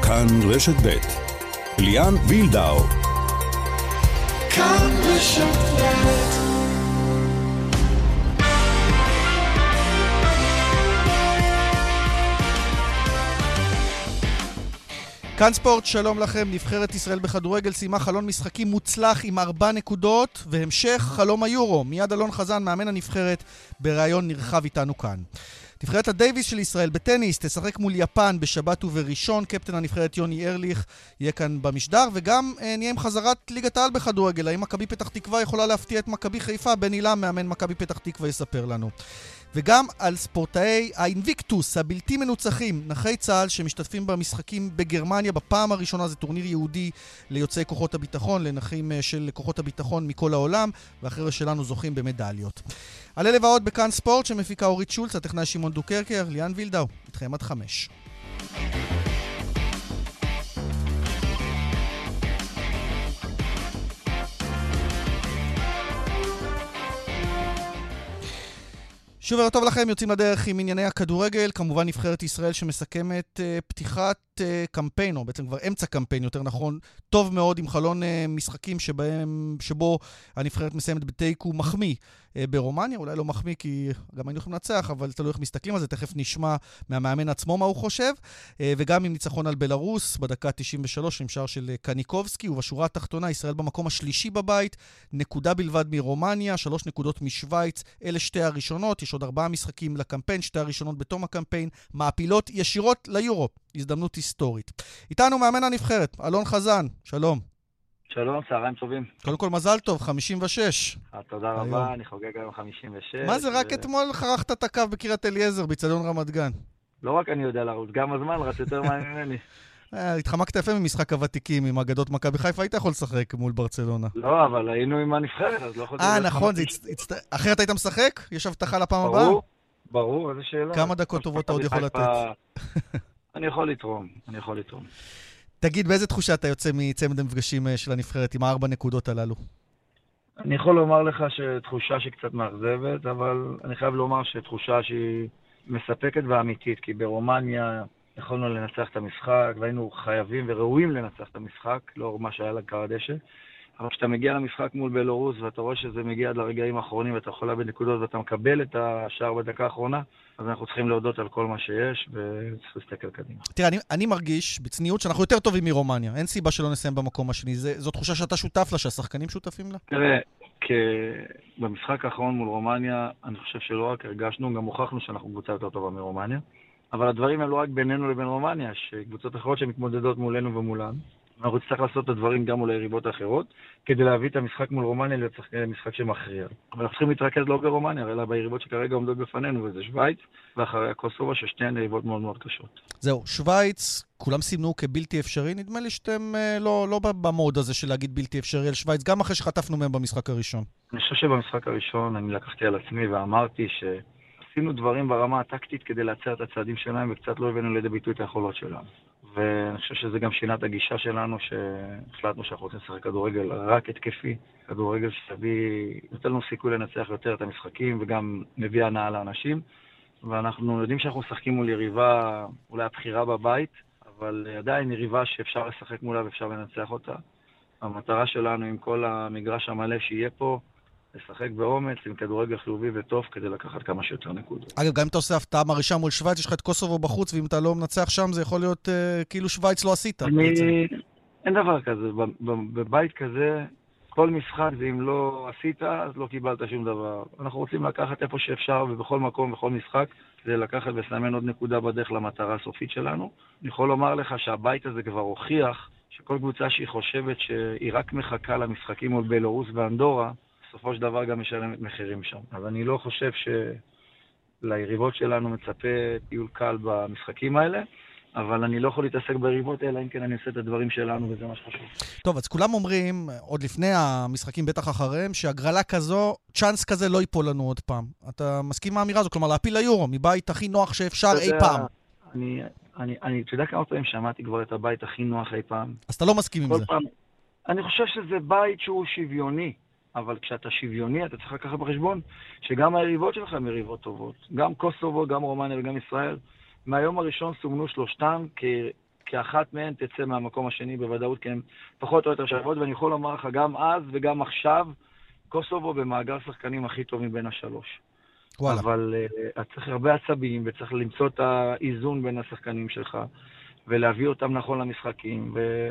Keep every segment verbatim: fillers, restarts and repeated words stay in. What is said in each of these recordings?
כאן רשת ב' ליאן וילדאו. כאן רשת ב'. כאן ספורט, שלום לכם. נבחרת ישראל בכדורגל סיימה חלון משחקים מוצלח עם ארבע נקודות, והמשך חלום היורו. מיד אלון חזן, מאמן הנבחרת, בראיון נרחב איתנו כאן. נבחרת הדייביס של ישראל בטניס תשחק מול יפן בשבת ובראשון. קפטן הנבחרת יוני ארליך יהיה כאן במשדר, וגם אה, נהיה עם חזרת ליגת העל בכדורגל. האם מכבי פתח תקווה יכולה להפתיע את מכבי חיפה? בן אילם, מאמן מכבי פתח תקווה, יספר לנו. וגם על ספורטאי האינביקטוס, הבלתי מנוצחים, נכי צה"ל שמשתתפים במשחקים בגרמניה. בפעם הראשונה זה טורניר יהודי ליוצאי כוחות הביטחון, לנכים של כוחות הביטחון מכל העולם, ואחרי שלנו זוכים במדליות. על אלה ועוד בכאן ספורט שמפיקה אורית שולץ, הטכנאי שמעון דוקרקר, ליאן וילדאו, איתכם עד חמש. שוב ערב טוב לכם, יוצאים לדרך עם ענייני הכדורגל. כמובן נבחרת ישראל שמסכמת uh, פתיחת uh, קמפיין, או בעצם כבר אמצע קמפיין יותר נכון, טוב מאוד עם חלון uh, משחקים שבהם, שבו הנבחרת מסיימת בתיקו מחמיא uh, ברומניה. אולי לא מחמיא כי גם היינו יכולים לנצח, אבל תלוי איך מסתכלים על זה, תכף נשמע מהמאמן עצמו מה הוא חושב. uh, וגם עם ניצחון על בלרוס בדקה תשעים ושלוש עם שער של uh, קניקובסקי, ובשורה התחתונה ישראל במקום השלישי בבית, נקודה בלבד מרומניה, שלוש נקודות משוויץ. אלה שתי הראשונות, יש עוד ארבעה משחקים לקמפיין, שתי הראשונות בתום הקמפיין, מעפילות ישירות ליורו, הזדמנות היסטורית. איתנו מאמן הנבחרת, אלון חזן, שלום. שלום, צהריים טובים. קודם כל מזל טוב, חמישים ושש. תודה רבה, אני חוגג היום חמישים ושש. מה זה, רק אתמול חרכת את הקו בקריית אליעזר, באצטדיון רמת גן. לא רק אני יודע לרוץ, גם הזמן רץ יותר ממני. התחמקת יפה ממשחק הוותיקים עם אגדות מכבי חיפה, היית יכול לשחק מול ברצלונה. לא, אבל היינו עם הנבחרת, אז לא יכולתי... אה, נכון, אחרת היית משחק? יש הבטחה לפעם הבאה? ברור, ברור, איזה שאלה. כמה דקות טובות אתה עוד יכול לתת? אני יכול לתרום, אני יכול לתרום. תגיד, באיזה תחושה אתה יוצא מצמד המפגשים של הנבחרת עם הארבע נקודות הללו? אני יכול לומר לך שתחושה שקצת מאכזבת, אבל אני חייב לומר שתחושה שהיא מספקת ואמיתית, כי ברומניה יכולנו לנצח את המשחק, והיינו חייבים וראויים לנצח את המשחק, לא מה שהיה לקר הדשא. אבל כשאתה מגיע למשחק מול בלרוס, ואתה רואה שזה מגיע עד לרגעים האחרונים, ואתה יכול לאבד נקודות, ואתה מקבל את השער בדקה האחרונה, אז אנחנו צריכים להודות על כל מה שיש, וצריך להסתכל קדימה. תראה, אני, אני מרגיש בצניעות שאנחנו יותר טובים מרומניה. אין סיבה שלא נסיים במקום השני. זה, זו תחושה שאתה שותף לה, שהשחקנים שותפים לה? תראה, במשחק האחרון מול רומניה, אני חושב שלא רק הרגשנו, גם הוכחנו שאנחנו קבוצה יותר טובה מרומניה. אבל הדברים הם לא רק בינינו לבין רומניה, שקבוצות אחרות שמתמודדות מולנו ומולן. אנחנו צריכים לעשות את הדברים גם מול היריבות האחרות, כדי להביא את המשחק מול רומניה למשחק שמכריע. אבל אנחנו צריכים להתרכז לא ברומניה, אלא ביריבות שכרגע עומדות בפנינו, וזה שוויץ, ואחרי הקוסובה, ששתיהן יריבות מאוד מאוד קשות. זהו, שוויץ, כולם סימנו כבלתי אפשרי, נדמה לי שאתם לא, לא במוד הזה של להגיד בלתי אפשרי על שוויץ, גם אחרי שחטפנו מהם במשחק הראשון. אני חושב שבמשחק הראשון אני לקחתי על עצמי ואמרתי ש... עשינו דברים ברמה הטקטית כדי לעצר את הצעדים שלהם, וקצת לא הבאנו לידי ביטוי את היכולות שלנו. ואני חושב שזה גם שינה את הגישה שלנו, שהחלטנו שאנחנו רוצים לשחק כדורגל רק התקפי, כדורגל שתביא, נותן לנו סיכוי לנצח יותר את המשחקים, וגם מביא הנאה לאנשים. ואנחנו יודעים שאנחנו משחקים מול יריבה, אולי הבחירה בבית, אבל עדיין יריבה שאפשר לשחק מולה ואפשר לנצח אותה. המטרה שלנו עם כל המגרש המלא שיהיה פה, לשחק באומץ עם כדורגל חיובי וטוב כדי לקחת כמה שיותר נקודות. אגב, גם אם אתה עושה הפתעה מרעישה מול שוויץ, יש לך את קוסובו בחוץ, ואם אתה לא מנצח שם, זה יכול להיות uh, כאילו שוויץ לא עשית. אני... אין דבר כזה. בבית כזה, כל משחק, ואם לא עשית, אז לא קיבלת שום דבר. אנחנו רוצים לקחת איפה שאפשר, ובכל מקום, בכל משחק, כדי לקחת ולסמן עוד נקודה בדרך למטרה הסופית שלנו. אני יכול לומר לך שהבית הזה כבר הוכיח, שכל קבוצה שהיא חושבת שהיא רק מחכה למשחקים מול בלרוס ואנדורה, בסופו של דבר גם משלמת מחירים שם. אז אני לא חושב שליריבות שלנו מצפה טיול קל במשחקים האלה, אבל אני לא יכול להתעסק ביריבות, אלא אם כן אני עושה את הדברים שלנו, וזה מה שחשוב. טוב, אז כולם אומרים, עוד לפני המשחקים, בטח אחריהם, שהגרלה כזו, צ'אנס כזה לא ייפול לנו עוד פעם. אתה מסכים מהאמירה הזו? כלומר, להפיל ליורו, מבית הכי נוח שאפשר אי פעם. אני, אני, אני, אתה יודע כמה פעמים שמעתי כבר את הבית הכי נוח אי פעם? אז אתה לא מסכים עם זה. פעם, אני חושב שזה בית שהוא שוויוני. אבל כשאתה שוויוני, אתה צריך לקחת בחשבון שגם היריבות שלך הן יריבות טובות. גם קוסובו, גם רומניה וגם ישראל. מהיום הראשון סומנו שלושתם כ... שאחת מהן תצא מהמקום השני בוודאות, כי הן פחות או יותר שוות, ואני יכול לומר לך גם אז וגם עכשיו, קוסובו במאגר שחקנים הכי טוב מבין השלוש. וואלה. אבל uh, צריך הרבה עצבים, וצריך למצוא את האיזון בין השחקנים שלך, ולהביא אותם נכון למשחקים,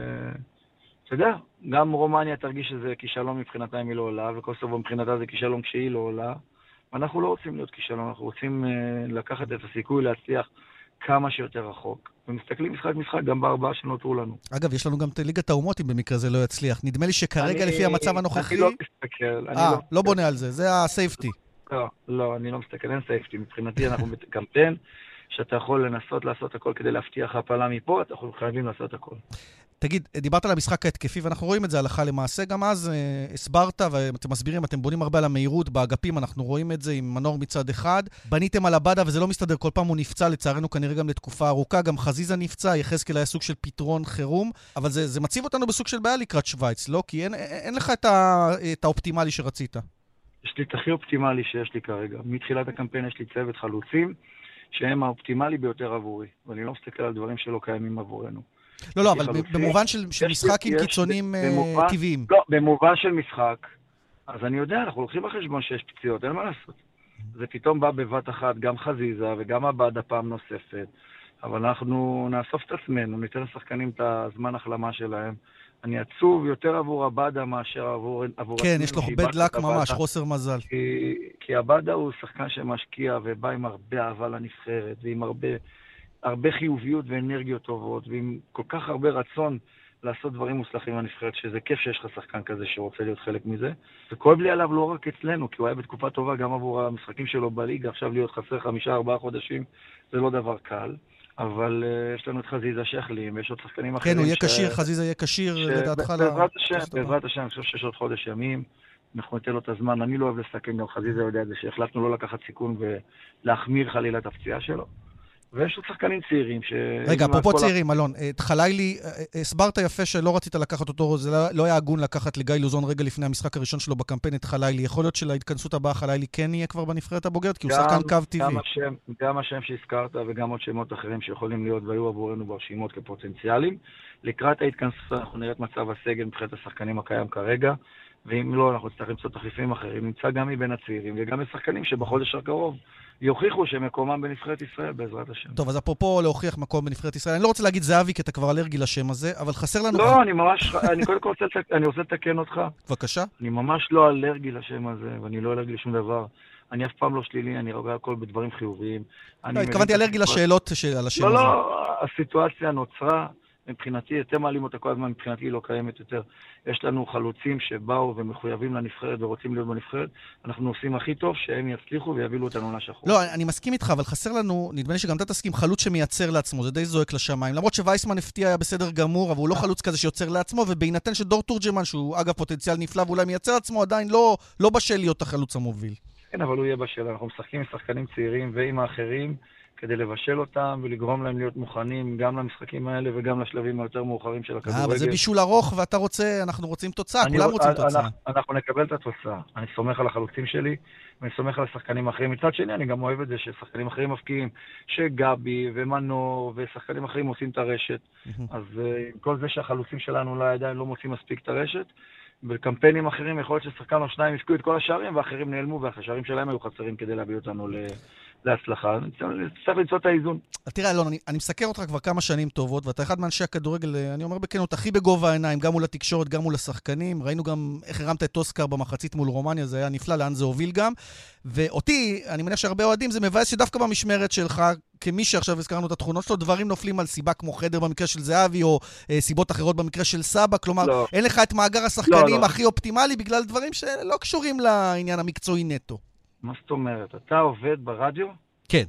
ואתה יודע, גם רומניה תרגיש שזה כישלון מבחינתה אם היא לא עולה, וקוסובו מבחינתה זה כישלון כשהיא לא עולה, ואנחנו לא רוצים להיות כישלון, אנחנו רוצים uh, לקחת את הסיכוי להצליח כמה שיותר רחוק. ומסתכלים משחק משחק גם בארבעה שנותרו לנו. אגב, יש לנו גם את ליגת האומות אם במקרה זה לא יצליח. נדמה לי שכרגע לפי המצב הנוכחי... אני לא מסתכל. אה, לא בונה על זה, זה הסייפטי. לא, לא, אני לא מסתכל, אין סייפטי. מבחינתי אנחנו בקמפיין שאתה יכול לנסות לעשות הכל כדי להבטיח הפעלה מפה, אתה חייבים לעשות הכל. תגיד, דיברת על המשחק ההתקפי, ואנחנו רואים את זה הלכה למעשה. גם אז אה, הסברת, ואתם מסבירים, אתם בונים הרבה על המהירות באגפים, אנחנו רואים את זה עם מנור מצד אחד. בניתם על הבאדה, וזה לא מסתדר, כל פעם הוא נפצע, לצערנו כנראה גם לתקופה ארוכה, גם חזיזה נפצע, יחזקאל היה סוג של פתרון חירום, אבל זה, זה מציב אותנו בסוג של בעיה לקראת שוויץ, לא? כי אין, אין לך את, ה, את האופטימלי שרצית. יש לי את הכי אופטימלי שיש לי כרגע. מתחילת הקמפיין יש לי צוות חלוצים, שהם האופטימלי ביותר עבורי, ואני לא מסתכל על דברים שלא קיימים עבורנו. לא, לא, אבל במובן של משחק עם קיצונים טבעיים. לא, במובן של משחק, אז אני יודע, אנחנו לוקחים בחשבון שיש פציעות, אין מה לעשות. זה פתאום בא בבת אחת, גם חזיזה וגם הבאדה פעם נוספת, אבל אנחנו נאסוף את עצמנו, ניתן לשחקנים את הזמן החלמה שלהם. אני עצוב יותר עבור הבאדה מאשר עבור... כן, יש לו בד לק ממש, חוסר מזל. כי, כי הבאדה הוא שחקן שמשקיע ובא עם הרבה אהבה לנבחרת, ועם הרבה... הרבה חיוביות ואנרגיות טובות, ועם כל כך הרבה רצון לעשות דברים מוצלחים לנבחרת, שזה כיף שיש לך שחקן כזה שרוצה להיות חלק מזה. וכואב לי עליו לא רק אצלנו, כי הוא היה בתקופה טובה גם עבור המשחקים שלו בליגה, עכשיו להיות חסר חמישה, ארבעה חודשים, זה לא דבר קל. אבל uh, יש לנו את חזיזה שהחלים, ויש עוד שחקנים אחרים. כן, הוא יהיה קשיר, חזיזה יהיה קשיר, לדעתך. בעזרת השם, בעזרת השם, אני חושב שיש עוד חודש ימים, אנחנו ניתן לו את הזמן. אני לא אוהב לסכן, גם חזיזה יודע את זה, שהחלטנו לא לקחת סיכון ולהחמיר חלילה את הפציעה שלו. ויש עוד שחקנים צעירים ש... רגע, אפרופו צעירים, אלון, את חלילי, הסברת יפה שלא רצית לקחת אותו, זה לא היה הגון לקחת לגיא לוזון רגע לפני המשחק הראשון שלו בקמפיין את חלילי. יכול להיות שלהתכנסות הבאה חלילי כן יהיה כבר בנבחרת הבוגרת, כי הוא שחקן קו טבעי. גם השם, גם השם שהזכרת וגם עוד שמות אחרים שיכולים להיות והיו עבורנו ברשימות כפוטנציאלים. לקראת ההתכנסות אנחנו נראה את מצב הסגל מבחינת השחקנים הקיים כרגע, ואם לא, אנחנו נצטרך למצוא תחליפים אחרים. נמצא גם מבין הצעירים וגם השחקנים שבחודש הקרוב יוכיחו שמקומם בנבחרת ישראל, בעזרת השם. טוב, אז אפרופו להוכיח מקום בנבחרת ישראל, אני לא רוצה להגיד זהבי, כי אתה כבר אלרגי לשם הזה, אבל חסר לנו... לא, אני ממש, אני קודם כל רוצה, אני רוצה לתקן אותך. בבקשה. אני ממש לא אלרגי לשם הזה, ואני לא אלרגי לשום דבר. אני אף פעם לא שלילי, אני רואה הכל בדברים חיוביים. לא, התכוונתי אלרגי לשאלות על השם הזה. לא, לא, הסיטואציה נוצרה, מבחינתי, אתם מעלים אותה כל הזמן, מבחינתי היא לא קיימת יותר. יש לנו חלוצים שבאו ומחויבים לנבחרת ורוצים להיות בנבחרת. אנחנו עושים הכי טוב שהם יצליחו ויבילו אותנו לשחור. לא, אני מסכים איתך, אבל חסר לנו, נדמה לי שגם אתה תסכים, חלוץ שמייצר לעצמו, זה די זועק לשמיים. למרות שווייסמן הפתיע היה בסדר גמור, אבל הוא לא חלוץ כזה שיוצר לעצמו, ובהינתן שדור תורג'מן, שהוא אגב פוטנציאל נפלא ואולי מייצר לעצמו, עדיין לא, לא בשל להיות החלוץ המוביל. כן, אבל הוא יהיה בשל. אנחנו משחקים עם שחקנים צעירים ועם האחרים, כדי לבשל אותם ולגרום להם להיות מוכנים גם למשחקים האלה וגם לשלבים היותר מאוחרים של הכדורגל. אבל זה בישול ארוך, ואתה רוצה, אנחנו רוצים תוצאה, כולם רוצים תוצאה. אנחנו נקבל את התוצאה. אני סומך על החלוצים שלי, ואני סומך על השחקנים האחרים. מצד שני, אני גם אוהב את זה ששחקנים אחרים מפקיעים, שגבי ומנור ושחקנים אחרים עושים את הרשת. אז כל זה שהחלוצים שלנו אולי עדיין לא מוצאים מספיק את הרשת, בקמפיינים אחרים יכול להיות ששחקן או שניים יפקעו את כל השערים, ואחרים נעלמו, והשערים שלהם היו חסרים כדי להביא אותנו ל... להצלחה, צריך למצוא את האיזון. תראה, אלון, אני, אני מסקר אותך כבר כמה שנים טובות, ואתה אחד מאנשי הכדורגל, אני אומר בכנות, הכי בגובה העיניים, גם מול התקשורת, גם מול השחקנים. ראינו גם איך הרמת את אוסקר במחצית מול רומניה, זה היה נפלא, לאן זה הוביל גם. ואותי, אני מניח שהרבה אוהדים, זה מבאס שדווקא במשמרת שלך, כמי שעכשיו הזכרנו את התכונות שלו, דברים נופלים על סיבה כמו חדר במקרה של זהבי, או אה, סיבות אחרות במקרה של סבא, כלומר, לא. אין לך את מאגר השחקנים לא, לא. הכי אופטימלי, בגלל דברים שלא קשורים לעניין המקצועי נטו. מה זאת אומרת? אתה עובד ברדיו? כן.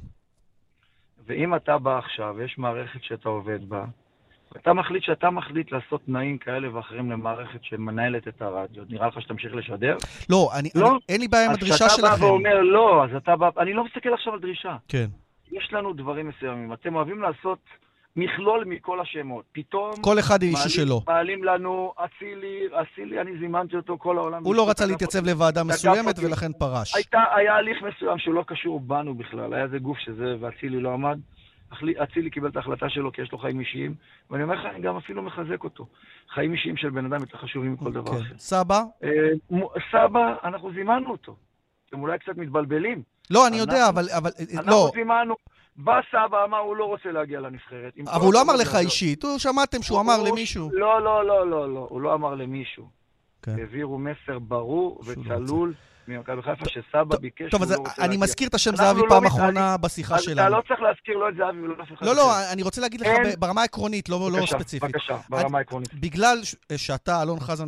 ואם אתה בא עכשיו, יש מערכת שאתה עובד בה, ואתה מחליט שאתה מחליט לעשות תנאים כאלה ואחרים למערכת שמנהלת את הרדיו, נראה לך שתמשיך לשדר? לא, אני, לא? אני, אין לי בעיה עם הדרישה שלכם. אז אתה בא ואומר לא, אז אתה בא, אני לא מסתכל עכשיו על דרישה. כן. יש לנו דברים מסוימים, אתם אוהבים לעשות מכלול מכל השמות. פתאום... כל אחד אישו שלו. מעלים לנו, אצילי, אצילי, אני זימנתי אותו כל העולם. הוא לא רצה להתייצב לוועדה מסוימת ולכן פרש. הייתה, היה הליך מסוים שהוא לא קשור בנו בכלל. היה זה גוף שזה, ואצילי לא עמד. אצילי קיבל את ההחלטה שלו כי יש לו חיים אישיים, ואני אומר לך, אני גם אפילו מחזק אותו. חיים אישיים של בן אדם יותר חשובים מכל דבר כן. אחר. סבא? סבא, אנחנו זימנו אותו. אתם אולי קצת מתבלבלים. לא, אני יודע, אבל... אנחנו לא. זימנו. בא סבא, אמר, הוא לא רוצה להגיע לנבחרת. אבל הוא לא אמר לך אישית, הוא שמעתם שהוא אמר למישהו. לא, לא, לא, לא, לא, הוא לא אמר למישהו. העבירו מסר ברור וצלול ממכבי חיפה שסבא ביקש שהוא לא רוצה להגיע. אני מזכיר את השם זהבי פעם אחרונה בשיחה שלנו. אתה לא צריך להזכיר לא את זהבי ולא אף אחד. לא, לא, אני רוצה להגיד לך ברמה העקרונית, לא ספציפית. בבקשה, ברמה העקרונית. בגלל שאתה, אלון חזן,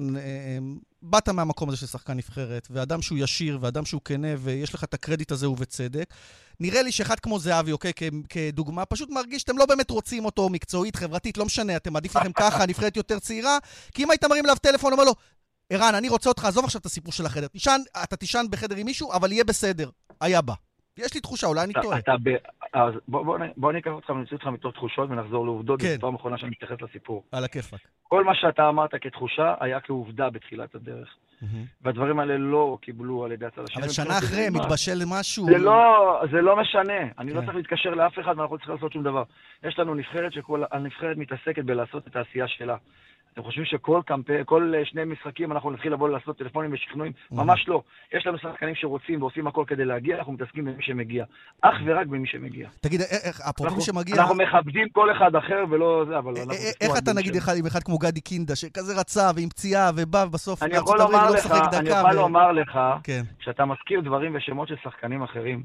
באת מהמקום הזה של שחקן נבחרת, ואדם שהוא ישיר, ואדם שהוא כנה, ויש לך את הקרדיט הזה ובצדק, נראה לי שאחד כמו זהבי, אוקיי, כדוגמה, פשוט מרגיש שאתם לא באמת רוצים אותו מקצועית, חברתית, לא משנה, אתם מעדיף לכם ככה, נבחרת יותר צעירה, כי אם היית מרים אליו טלפון, אומר לו, ערן, אני רוצה אותך, עזוב עכשיו את הסיפור של החדר. תישן, אתה תישן בחדר עם מישהו, אבל יהיה בסדר. היה בא. יש לי תחושה, אולי אני טועה. אתה ב... אז בוא, בוא, בוא ניקח אותך ונוציא אותך מתוך תחושות ונחזור לעובדות. כן. בפעם האחרונה שאני מתייחס לסיפור. על הכיפק. כל מה שאתה אמרת כתחושה היה כעובדה בתחילת הדרך. והדברים האלה לא קיבלו על ידי הצד השני. אבל שנה אחרי מתבשל משהו. זה לא, זה לא משנה. אני לא צריך להתקשר לאף אחד ואנחנו צריכים לעשות שום דבר. יש לנו נבחרת שכל הנבחרת מתעסקת בלעשות את העשייה שלה. אתם חושבים שכל קמפיין, כל שני משחקים אנחנו נתחיל לבוא לעשות טלפונים ושכנועים? ממש לא. יש לנו שחקנים שרוצים ועושים הכל כדי להגיע, אנחנו מתעסקים במי שמגיע. אך ורק במי שמגיע. תגיד, אפרופו מי שמגיע... אנחנו מכבדים כל אחד אחר ולא זה, אבל... איך אתה נגיד עם אחד כמו גדי קינדה, שכזה רצה ועם פציעה ובא בסוף... אני יכול לומר לך, אני יכול לומר לך, שאתה מזכיר דברים ושמות של שחקנים אחרים,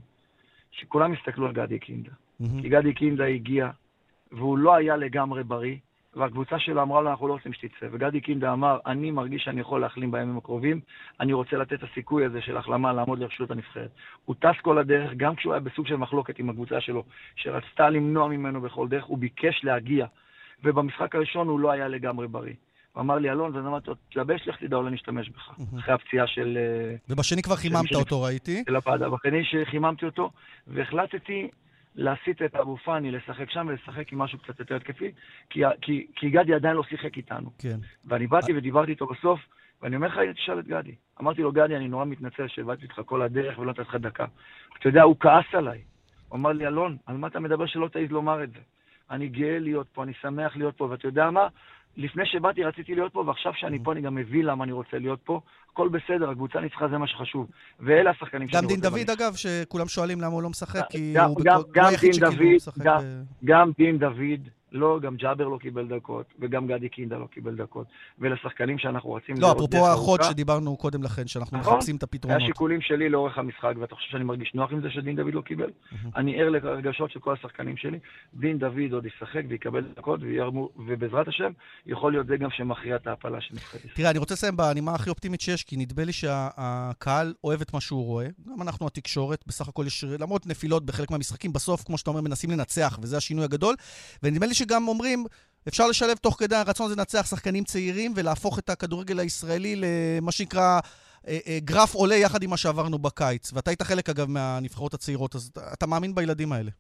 שכולם הסתכלו על גדי קינדה. כי גדי קינדה הגיע, והוא לא היה לגמרי בריא, והקבוצה שלו אמרה לו, אנחנו לא רוצים שתצא. וגדי קינדה אמר, אני מרגיש שאני יכול להחלים בימים הקרובים, אני רוצה לתת את הסיכוי הזה של החלמה לעמוד לרשות הנבחרת. הוא טס כל הדרך, גם כשהוא היה בסוג של מחלוקת עם הקבוצה שלו, שרצתה למנוע ממנו בכל דרך, הוא ביקש להגיע. ובמשחק הראשון הוא לא היה לגמרי בריא. הוא אמר לי, אלון, ואני אמרתי, תלבש לך תדע, אולי נשתמש בך. אחרי הפציעה של... ובשני כבר חיממת אותו, ראיתי. בשני שחיממתי אותו, והחלטתי להסיט את אבו פאני, לשחק שם ולשחק עם משהו קצת יותר התקפי, כי, כי, כי גדי עדיין לא שיחק איתנו. כן. ואני באתי ודיברתי איתו בסוף, ואני אומר לך, תשאל את גדי. אמרתי לו, גדי, אני נורא מתנצל שבאתי איתך כל הדרך ולא נתת לך דקה. אתה יודע, הוא כעס עליי. הוא אמר לי, אלון, על מה אתה מדבר שלא תעיז לומר את זה? אני גאה להיות פה, אני שמח להיות פה, ואתה יודע מה? לפני שבאתי רציתי להיות פה, ועכשיו שאני פה אני גם מבין למה אני רוצה להיות פה. הכל בסדר, הקבוצה ניצחה, זה מה שחשוב. ואלה השחקנים שאני רוצה... גם דין דוד, אגב, שכולם שואלים למה הוא לא משחק, כי הוא גם דין דוד, גם דין דוד, לא, גם ג'אבר לא קיבל דקות, וגם גדי קינדה לא קיבל דקות. ולשחקנים שאנחנו רוצים... לא, אפרופו האחות שדיברנו קודם לכן, שאנחנו מחפשים את הפתרונות. היה שיקולים שלי לאורך המשחק, ואתה חושב שאני מרגיש נוח עם זה שדין דוד לא קיבל? אני ער לרגשות של כל השחקנים שלי. דין דוד עוד ישחק ויקבל דקות, ובעזרת השם, יכול להיות זה גם שמכריע את ההפלה של נבחרת ישראל. תראה, אני רוצה לסיים בנימה הכי אופטימית שיש, כי נדמה לי שהקהל אוהב את מה שהוא רואה. גם אנחנו התקשורת, בסך הכל יש, למרות נפילות בחלק מהמשחקים, בסוף, כמו שאתה אומר, מנסים לנצח, וזה השינוי הגדול. ונדמה לי שגם אומרים, אפשר לשלב תוך כדי הרצון הזה לנצח שחקנים צעירים, ולהפוך את הכדורגל הישראלי למה שנקרא גרף עולה יחד עם מה שעברנו בקיץ. ואתה היית חלק, אגב, מהנבחרות הצעירות, אז אתה מאמין בילדים האלה?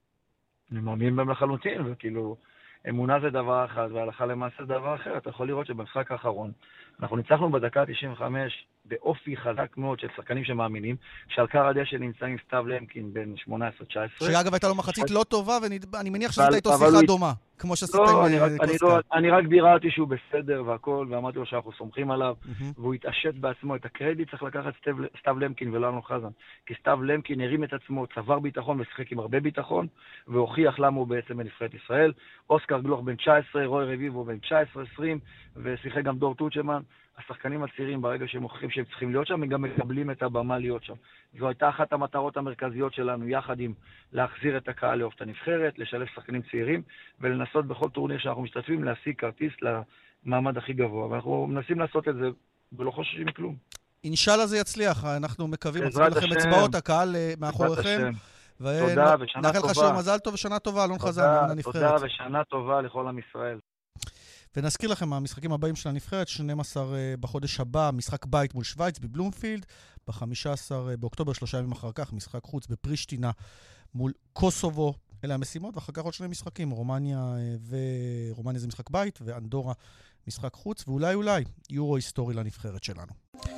אני מאמין בהם לחלוטין, וכאילו, אמונה זה דבר אחד, והלכה למעשה זה דבר אחר. אתה יכול לראות שבמשחק האחרון, אנחנו ניצחנו בדקה תשעים וחמש באופי חזק מאוד של שחקנים שמאמינים, שעל קר הדשא נמצא עם סתיו למקין בין שמונה עשרה תשע עשרה. שאגב הייתה לו מחצית לא טובה, ואני מניח שעשית איתו שיחה דומה, כמו שעשית עם קוסקה. אני רק ביררתי שהוא בסדר והכל, ואמרתי לו שאנחנו סומכים עליו, והוא התעשת בעצמו. את הקרדיט צריך לקחת סתיו למקין ולא אלון חזן. כי סתיו למקין הרים את עצמו, צבר ביטחון ושיחק עם הרבה ביטחון, והוכיח למה הוא בעצם בנבחרת ישראל. אוסקר גלוך בן תשע עשרה, רוי רביבו בן תשע עשרה עשרים, ושיחק גם דור טוצ'מן. השחקנים הצעירים, ברגע שהם מוכיחים שהם צריכים להיות שם, הם גם מקבלים את הבמה להיות שם. זו הייתה אחת המטרות המרכזיות שלנו, יחד עם להחזיר את הקהל לאהוב את הנבחרת, לשלב שחקנים צעירים, ולנסות בכל טורניר שאנחנו משתתפים, להשיג כרטיס למעמד הכי גבוה. ואנחנו מנסים לעשות את זה, ולא חוששים מכלום. אינשאללה זה יצליח, אנחנו מקווים, מצביעים לכם אצבעות, הקהל מאחוריכם. תודה ושנה טובה. נאחל לך שוב מזל טוב ושנה טובה, אלון חזן, תודה ושנה טובה לכל עם ישראל. ונזכיר לכם, המשחקים הבאים של הנבחרת, שנים עשר בחודש הבא, משחק בית מול שוויץ בבלומפילד, ב-חמישה עשר באוקטובר, שלושה ימים אחר כך, משחק חוץ בפרישטינה מול קוסובו. אלה המשימות, ואחר כך עוד שני משחקים, רומניה ורומניה זה משחק בית, ואנדורה משחק חוץ, ואולי אולי יורו היסטורי לנבחרת שלנו.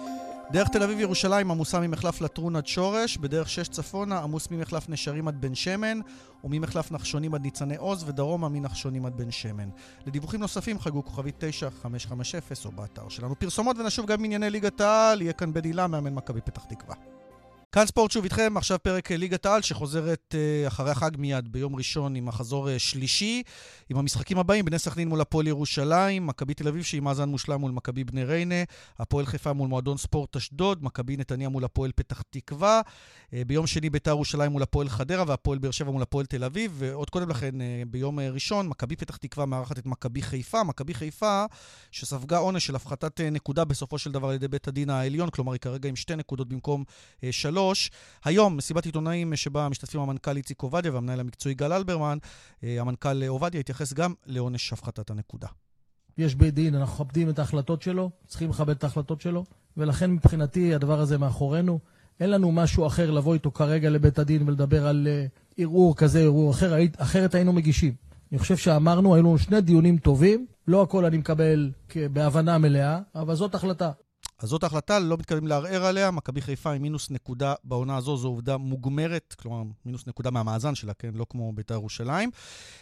דרך תל אביב ירושלים עמוסה ממחלף לטרון עד שורש, בדרך שש צפונה עמוס ממחלף נשרים עד בן שמן, וממחלף נחשונים עד ניצני עוז, ודרומה מנחשונים עד בן שמן. לדיווחים נוספים חגו כוכבית תשע חמש חמש אפס או באתר שלנו. פרסומות ונשוב גם בענייני ליגת העל, יהיה כאן בדילה, מאמן מכבי פתח תקווה. כאן ספורט שוב איתכם, עכשיו פרק ליגת העל שחוזרת uh, אחרי החג מיד ביום ראשון עם החזור uh, שלישי, עם המשחקים הבאים, בני סכנין מול הפועל ירושלים, מכבי תל אביב שהיא מאזן מושלם מול מכבי בני ריינה, הפועל חיפה מול מועדון ספורט אשדוד, מכבי נתניה מול הפועל פתח תקווה, uh, ביום שני בית"ר ירושלים מול הפועל חדרה והפועל באר שבע מול הפועל תל אביב, ועוד קודם לכן uh, ביום uh, ראשון מכבי פתח תקווה מארחת את מכבי חיפה, מכבי חיפה שספגה עונש של הפחתת uh, נקודה בסופו של דבר על ידי בית הדין העליון, כלומר היא כרגע עם שתי נקודות במקום uh, שלוש. היום, מסיבת עיתונאים שבה משתתפים המנכ"ל איציק עובדיה והמנהל המקצועי גל אלברמן, המנכ"ל עובדיה התייחס גם לעונש הפחתת הנקודה. יש בית דין, אנחנו מכבדים את ההחלטות שלו, צריכים לכבד את ההחלטות שלו, ולכן מבחינתי הדבר הזה מאחורינו. אין לנו משהו אחר לבוא איתו כרגע לבית הדין ולדבר על ערעור כזה, ערעור אחר, אחרת היינו מגישים. אני חושב שאמרנו, היו לנו שני דיונים טובים, לא הכל אני מקבל בהבנה מלאה, אבל זאת החלטה. אז זאת ההחלטה, לא מתקדמים לערער עליה, מכבי חיפה עם מינוס נקודה בעונה הזו, זו עובדה מוגמרת, כלומר מינוס נקודה מהמאזן שלה, כן, לא כמו בית"ר ירושלים.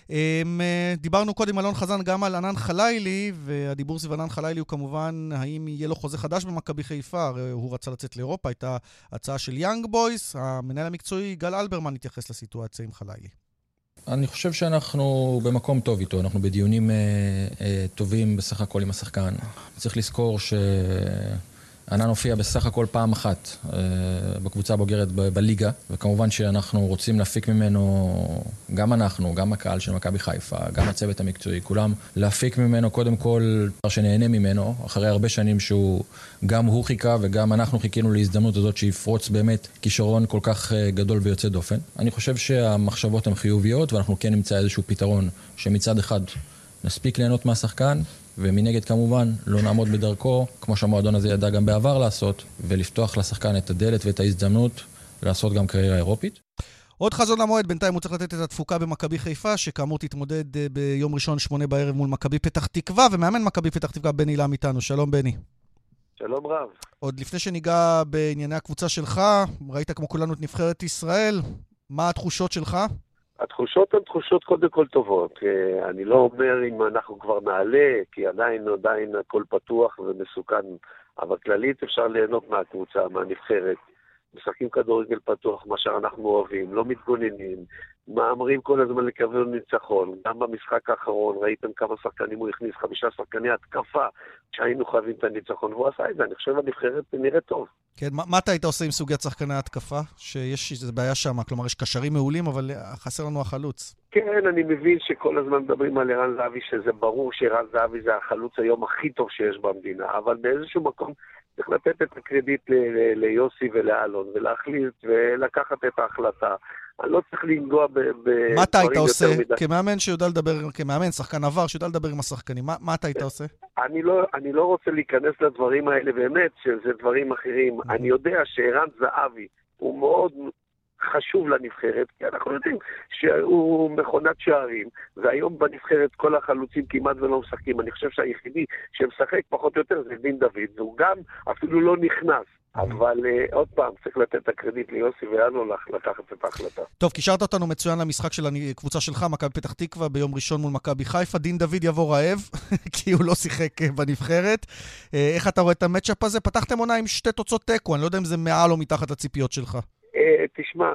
דיברנו קודם אלון חזן גם על ענן חלילי, והדיבור סביב ענן חלילי הוא כמובן, האם יהיה לו חוזה חדש במכבי חיפה, הרי הוא רצה לצאת לאירופה, הייתה הצעה של יאנג בויס, המנהל המקצועי גל אלברמן התייחס לסיטואציה עם חלילי. אני חושב שאנחנו במקום טוב איתו, אנחנו בדיונים אה, אה, טובים בסך הכל עם השחקן. צריך לזכור שענן הופיע בסך הכל פעם אחת אה, בקבוצה הבוגרת ב- בליגה, וכמובן שאנחנו רוצים להפיק ממנו, גם אנחנו, גם הקהל של מכבי חיפה, גם הצוות המקצועי, כולם להפיק ממנו קודם כל שנהנה ממנו, אחרי הרבה שנים שהוא גם הוא חיכה וגם אנחנו חיכינו להזדמנות הזאת שיפרוץ באמת כישרון כל כך גדול ויוצא דופן. אני חושב שהמחשבות הן חיוביות ואנחנו כן נמצא איזשהו פתרון שמצד אחד נספיק ליהנות מהשחקן ומנגד כמובן לא נעמוד בדרכו, כמו שהמועדון הזה ידע גם בעבר לעשות, ולפתוח לשחקן את הדלת ואת ההזדמנות לעשות גם קריירה אירופית. עוד חזון למועד, בינתיים הוא צריך לתת את התפוקה במכבי חיפה, שכאמור תתמודד ביום ראשון שמונה בערב מול מכבי פתח תקווה, ומאמן מכבי פתח תקווה בני לם איתנו. שלום בני. שלום רב. עוד לפני שניגע בענייני הקבוצה שלך, ראית כמו כולנו את נבחרת ישראל, מה התחושות שלך? התחושות הן תחושות קודם כל טובות. אני לא אומר אם אנחנו כבר נעלה, כי עדיין עדיין הכל פתוח ומסוכן, אבל כללית אפשר ליהנות מהקבוצה, מהנבחרת. משחקים כדורגל פתוח, מה שאנחנו אוהבים, לא מתגוננים, מאמרים כל הזמן לכיוון ניצחון. גם במשחק האחרון ראיתם כמה שחקנים הוא הכניס, חמישה שחקני התקפה שהיינו חייבים את הניצחון, והוא עשה את זה. אני חושב הנבחרת נראה טוב. כן, מה, מה אתה היית עושה עם סוגיית שחקני ההתקפה? שיש איזו בעיה שם, כלומר יש קשרים מעולים, אבל חסר לנו החלוץ. כן, אני מבין שכל הזמן מדברים על ערן זהבי, שזה ברור שערן זהבי זה החלוץ היום הכי טוב שיש במדינה, אבל באיזשהו מקום צריך לתת את הקרדיט ליוסי ולאלון, ולהחליט ולקחת את ההחלטה. אני לא צריך לנגוע בדברים יותר מדי. מה אתה היית עושה כמאמן שיודע לדבר, כמאמן, שחקן עבר, שיודע לדבר עם השחקנים? מה, מה אתה היית עושה? אני לא, אני לא רוצה להיכנס לדברים האלה באמת, שזה דברים אחרים. אני יודע שערן זהבי הוא מאוד חשוב לנבחרת, כי אנחנו יודעים שהוא מכונת שערים, והיום בנבחרת כל החלוצים כמעט ולא משחקים. אני חושב שהיחידי שמשחק פחות או יותר זה דין דוד, והוא גם אפילו לא נכנס. אבל uh, עוד פעם, צריך לתת את הקרדיט ליוסי ואלון לקחת את ההחלטה. טוב, קישרת אותנו מצוין למשחק של הקבוצה שלך, מכבי פתח תקווה, ביום ראשון מול מכבי חיפה. דין דוד יבוא רעב, כי הוא לא שיחק בנבחרת. איך אתה רואה את המאצ'אפ הזה? פתחתם עונה עם שתי תוצאות תיקו, אני לא יודע אם זה מעל או מתחת לציפיות שלך. תשמע,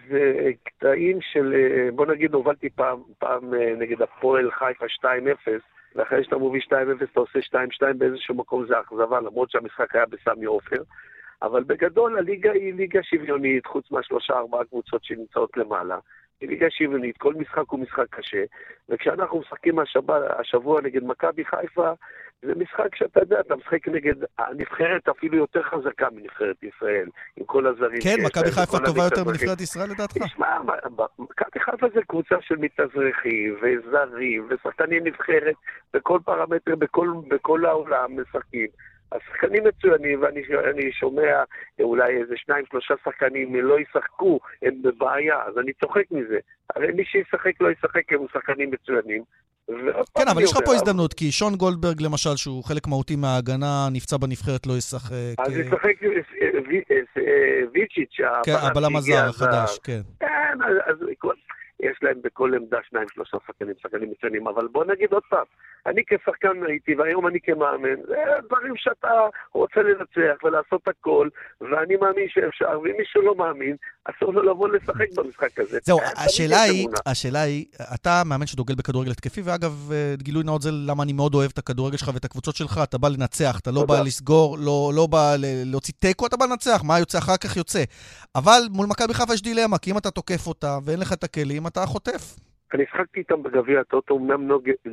זה קטעים של, בוא נגיד, הובלתי פעם, פעם נגד הפועל חיפה שתיים אפס, ואחרי שאתה מוביל שתיים אפס, אתה עושה שתיים שתיים, באיזשהו מקום זה אכזבה, למרות שהמשחק היה בסמי עופר. אבל בגדול הליגה היא ליגה שוויונית, חוץ מהשלושה ארבעה קבוצות שנמצאות למעלה. היא ליגה שוויונית, כל משחק הוא משחק קשה, וכשאנחנו משחקים השבוע, השבוע נגד מכבי חיפה, זה משחק שאתה יודע, אתה משחק נגד הנבחרת אפילו יותר חזקה מנבחרת ישראל, עם כל הזרים. כן, מכבי חיפה טובה יותר מנבחרת ישראל לדעתך? תשמע, מכבי חיפה זה קבוצה של מתאזרחים וזרים ושחקנים נבחרת בכל פרמטר, בכל, בכל העולם משחקים. השחקנים מצוינים, ואני שומע אולי איזה שניים, שלושה שחקנים לא ישחקו, הם בבעיה, אז אני צוחק מזה. הרי מי שישחק לא ישחק, הם שחקנים מצוינים, כן, אבל יש לך פה הזדמנות, כי שון גולדברג למשל, שהוא חלק מהותי מההגנה, נפצע בנבחרת, לא ישחק. אז ישחק ויצ'יץ', הבלם הזר החדש, כן. כן, אז יש להם בכל עמדה שניים, שלושה שחקנים, שחקנים מצוינים, אבל בוא נגיד עוד פעם, אני כשחקן הייתי, והיום אני כמאמן, זה דברים שאתה רוצה לנצח ולעשות הכל, ואני מאמין שאפשר, ואם מישהו לא מאמין, אסור לו לבוא לשחק במשחק הזה. זהו, השאלה היא, השאלה היא, אתה מאמן שדוגל בכדורגל התקפי, ואגב, גילוי נאות זה למה אני מאוד אוהב את הכדורגל שלך ואת הקבוצות שלך, אתה בא לנצח, אתה לא בא לסגור, לא בא להוציא טקו, אתה בא לנצח, מה יוצא אחר כך יוצא. אבל מול מכבי חיפה יש דילמה, כי אם אתה תוקף אותה ואין לך את הכלים, אתה חוטף. אני שחקתי איתם בגביע הטוטו, אומנם